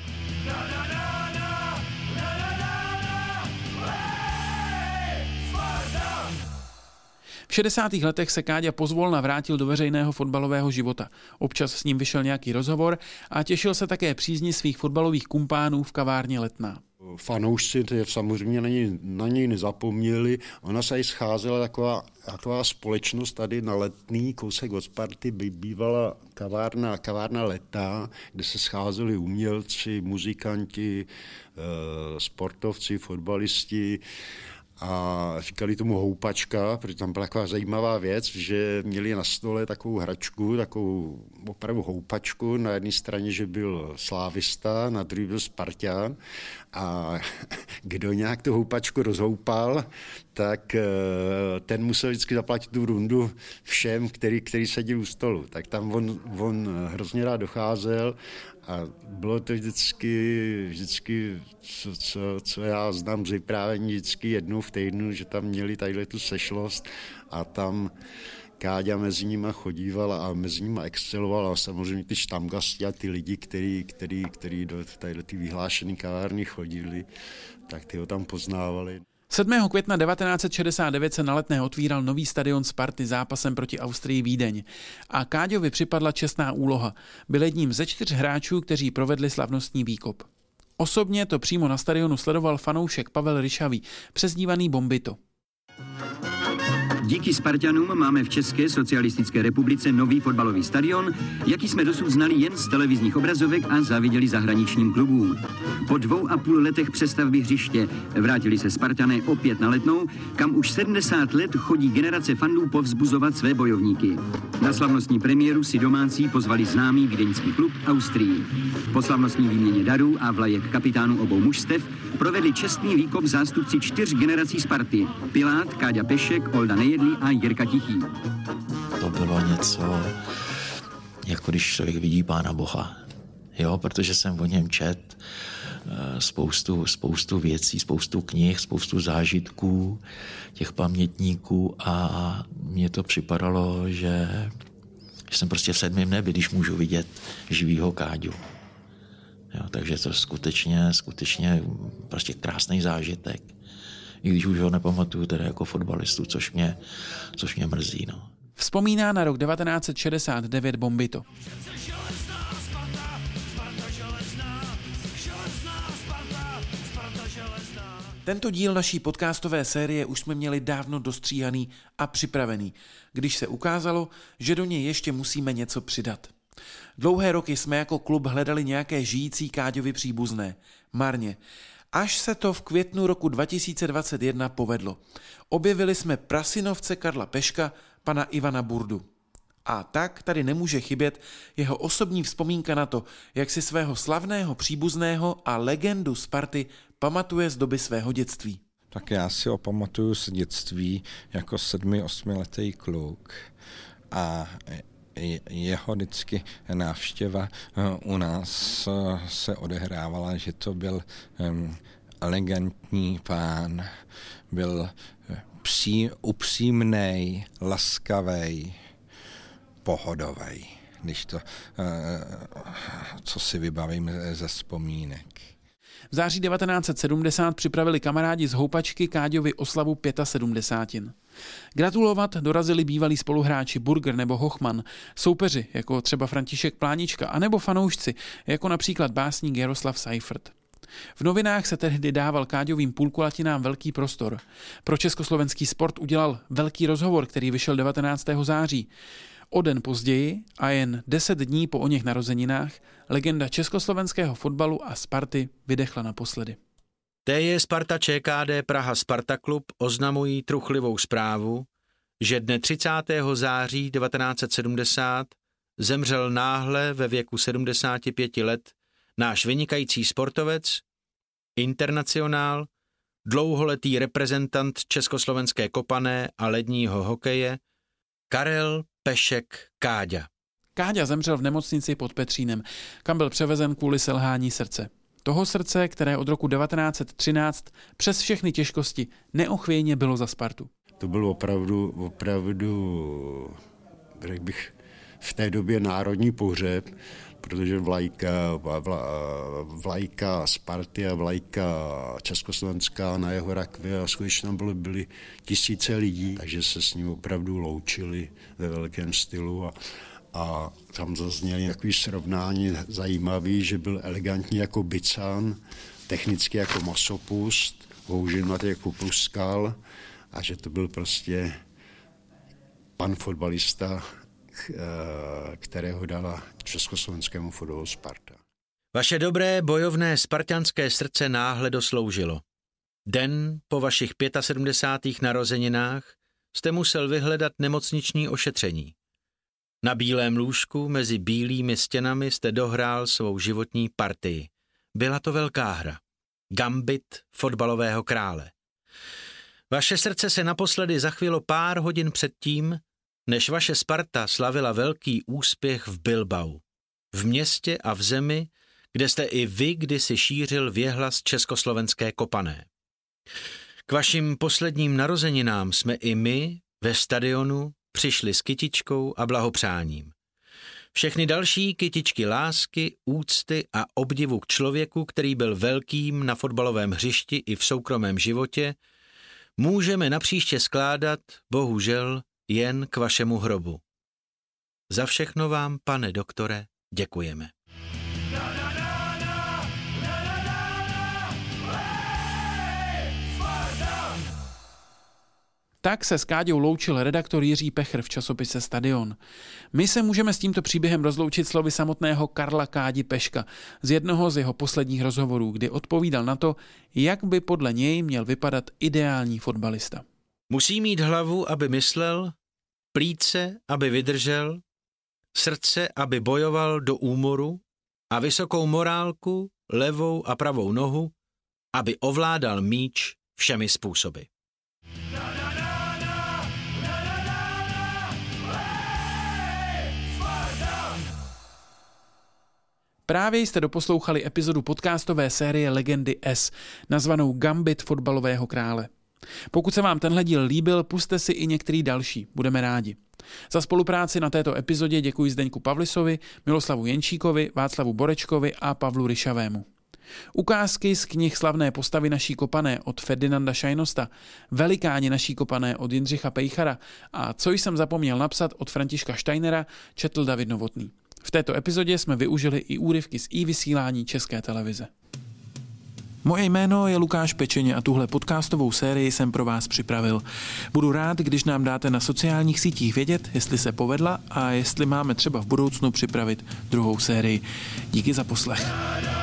V šedesátých letech se Káďa pozvolna vrátil do veřejného fotbalového života. Občas s ním vyšel nějaký rozhovor a těšil se také přízni svých fotbalových kumpánů v kavárně Letná.
Fanoušci samozřejmě na něj, na něj nezapomněli. Ona se i scházela taková, taková společnost tady na Letný, kousek od Sparty, by bývala kavárna, kavárna Letná, kde se scházeli umělci, muzikanti, sportovci, fotbalisti. A říkali tomu houpačka, protože tam byla taková zajímavá věc, že měli na stole takovou hračku, takovou opravdu houpačku. Na jedné straně, že byl slávista, na druhé byl Spartan. A kdo nějak tu houpačku rozhoupal, tak ten musel vždycky zaplatit tu rundu všem, který, který seděl u stolu. Tak tam on, on hrozně rád docházel a bylo to vždycky, vždycky co, co, co já znám z vyprávění, vždycky jednou v týdnu, že tam měli tadyhle tu sešlost a tam Káďa mezi nima chodívala a mezi nima excelovala a samozřejmě ty štamgasti a ty lidi, který, který, který do tadyhle ty vyhlášené kavárny chodili, tak ty ho tam poznávali.
sedmého května devatenáct set šedesát devět se na Letné otvíral nový stadion Sparty zápasem proti Austrii Vídeň. A Káďovi připadla čestná úloha. Byl jedním ze čtyř hráčů, kteří provedli slavnostní výkop. Osobně to přímo na stadionu sledoval fanoušek Pavel Ryšavý, přezdívaný Bombito.
Díky Spartanům máme v České socialistické republice nový fotbalový stadion, jaký jsme dosud znali jen z televizních obrazovek a záviděli zahraničním klubům. Po dvou a půl letech přestavby hřiště vrátili se Spartané opět na Letnou, kam už sedmdesát let chodí generace fandů povzbuzovat své bojovníky. Na slavnostní premiéru si domácí pozvali známý vídeňský klub Austrii. Po slavnostní výměně darů a vlajek kapitánů obou mužstev provedli čestný výkop zástupci čtyř generací Sparty. Pilát, Káďa Pešek, Olda Nejedlý a Jirka Tichý.
To bylo něco, jako když člověk vidí Pána Boha. Jo, protože jsem o něm čet spoustu, spoustu věcí, spoustu knih, spoustu zážitků, těch pamětníků a mně to připadalo, že jsem prostě v sedmém nebi, když můžu vidět živýho Káďu. Jo, takže to skutečně, skutečně prostě krásný zážitek. I když už ho nepamatuju teda jako fotbalistu, což mě, což mě mrzí. No.
Vzpomíná na rok devatenáct set šedesát devět Bombito. Tento díl naší podcastové série už jsme měli dávno dostříhaný a připravený, když se ukázalo, že do něj ještě musíme něco přidat. Dlouhé roky jsme jako klub hledali nějaké žijící Káďovy příbuzné. Marně. Až se to v květnu roku dva tisíce dvacet jedna povedlo. Objevili jsme prasynovce Karla Peška, pana Ivana Burdu. A tak tady nemůže chybět jeho osobní vzpomínka na to, jak si svého slavného příbuzného a legendu Sparty pamatuje z doby svého dětství.
Tak já si ho pamatuju z dětství jako sedmi, osmiletý kluk a jeho vždycky návštěva u nás se odehrávala, že to byl elegantní pán, byl psí, upřímnej, laskavej, pohodovej, když to, co si vybavím ze vzpomínek.
V září devatenáct set sedmdesát připravili kamarádi z Houpačky Káďovi oslavu sedmdesátin. Gratulovat dorazili bývalí spoluhráči Burger nebo Hochman, soupeři jako třeba František Plánička, anebo fanoušci jako například básník Jaroslav Seifert. V novinách se tehdy dával Káďovým půlkulatinám velký prostor. Pro československý sport udělal velký rozhovor, který vyšel devatenáctého září. O den později a jen deset dní po oněch narozeninách legenda československého fotbalu a Sparty vydechla naposledy.
T J Sparta ČKD Praha Sparta Klub oznamují truchlivou zprávu, že dne třicátého září devatenáct set sedmdesát zemřel náhle ve věku sedmdesáti pěti let náš vynikající sportovec, internacionál, dlouholetý reprezentant československé kopané a ledního hokeje Karel Pešek Káďa.
Káďa zemřel v nemocnici pod Petřínem, kam byl převezen kvůli selhání srdce. Toho srdce, které od roku devatenáct set třináct přes všechny těžkosti neochvějně bylo za Spartu.
To byl opravdu, opravdu, řekl bych, v té době národní pohřeb, protože vlajka, vla, vlajka Sparty a vlajka československá na jeho rakvi a skutečně tam byly, byly tisíce lidí, takže se s ním opravdu loučili ve velkém stylu a, a tam zazněly takový srovnání zajímavý, že byl elegantní jako bican, technicky jako masopust, houžinatý jako pluskal a že to byl prostě pan fotbalista, kterého dala československému fotbalu Sparta.
Vaše dobré bojovné spartanské srdce náhle dosloužilo. Den po vašich sedmdesátých narozeninách jste musel vyhledat nemocniční ošetření. Na bílém lůžku mezi bílými stěnami jste dohrál svou životní partii. Byla to velká hra. Gambit fotbalového krále. Vaše srdce se naposledy zachvělo pár hodin předtím, než vaše Sparta slavila velký úspěch v Bilbao, v městě a v zemi, kde jste i vy kdysi šířil věhlas československé kopané. K vašim posledním narozeninám jsme i my ve stadionu přišli s kytičkou a blahopřáním. Všechny další kytičky lásky, úcty a obdivu k člověku, který byl velkým na fotbalovém hřišti i v soukromém životě, můžeme napříště skládat, bohužel, jen k vašemu hrobu. Za všechno vám, pane doktore, děkujeme.
Tak se s Káďou loučil redaktor Jiří Pechr v časopise Stadion. My se můžeme s tímto příběhem rozloučit slovy samotného Karla Kádi Peška z jednoho z jeho posledních rozhovorů, kdy odpovídal na to, jak by podle něj měl vypadat ideální fotbalista.
Musí mít hlavu, aby myslel, plíce, aby vydržel, srdce, aby bojoval do úmoru a vysokou morálku, levou a pravou nohu, aby ovládal míč všemi způsoby.
Právě jste doposlouchali epizodu podcastové série Legendy S, nazvanou Gambit fotbalového krále. Pokud se vám tenhle díl líbil, pusťte si i některý další, budeme rádi. Za spolupráci na této epizodě děkuji Zdeňku Pavlisovi, Miloslavu Jenčíkovi, Václavu Borečkovi a Pavlu Ryšavému. Ukázky z knih Slavné postavy naší kopané od Ferdinanda Šajnosta, Velikáni naší kopané od Jindřicha Pejchara a Co jsem zapomněl napsat od Františka Steinera četl David Novotný. V této epizodě jsme využili i úryvky z i-vysílání České televize. Moje jméno je Lukáš Pečeně a tuhle podcastovou sérii jsem pro vás připravil. Budu rád, když nám dáte na sociálních sítích vědět, jestli se povedla a jestli máme třeba v budoucnu připravit druhou sérii. Díky za poslech.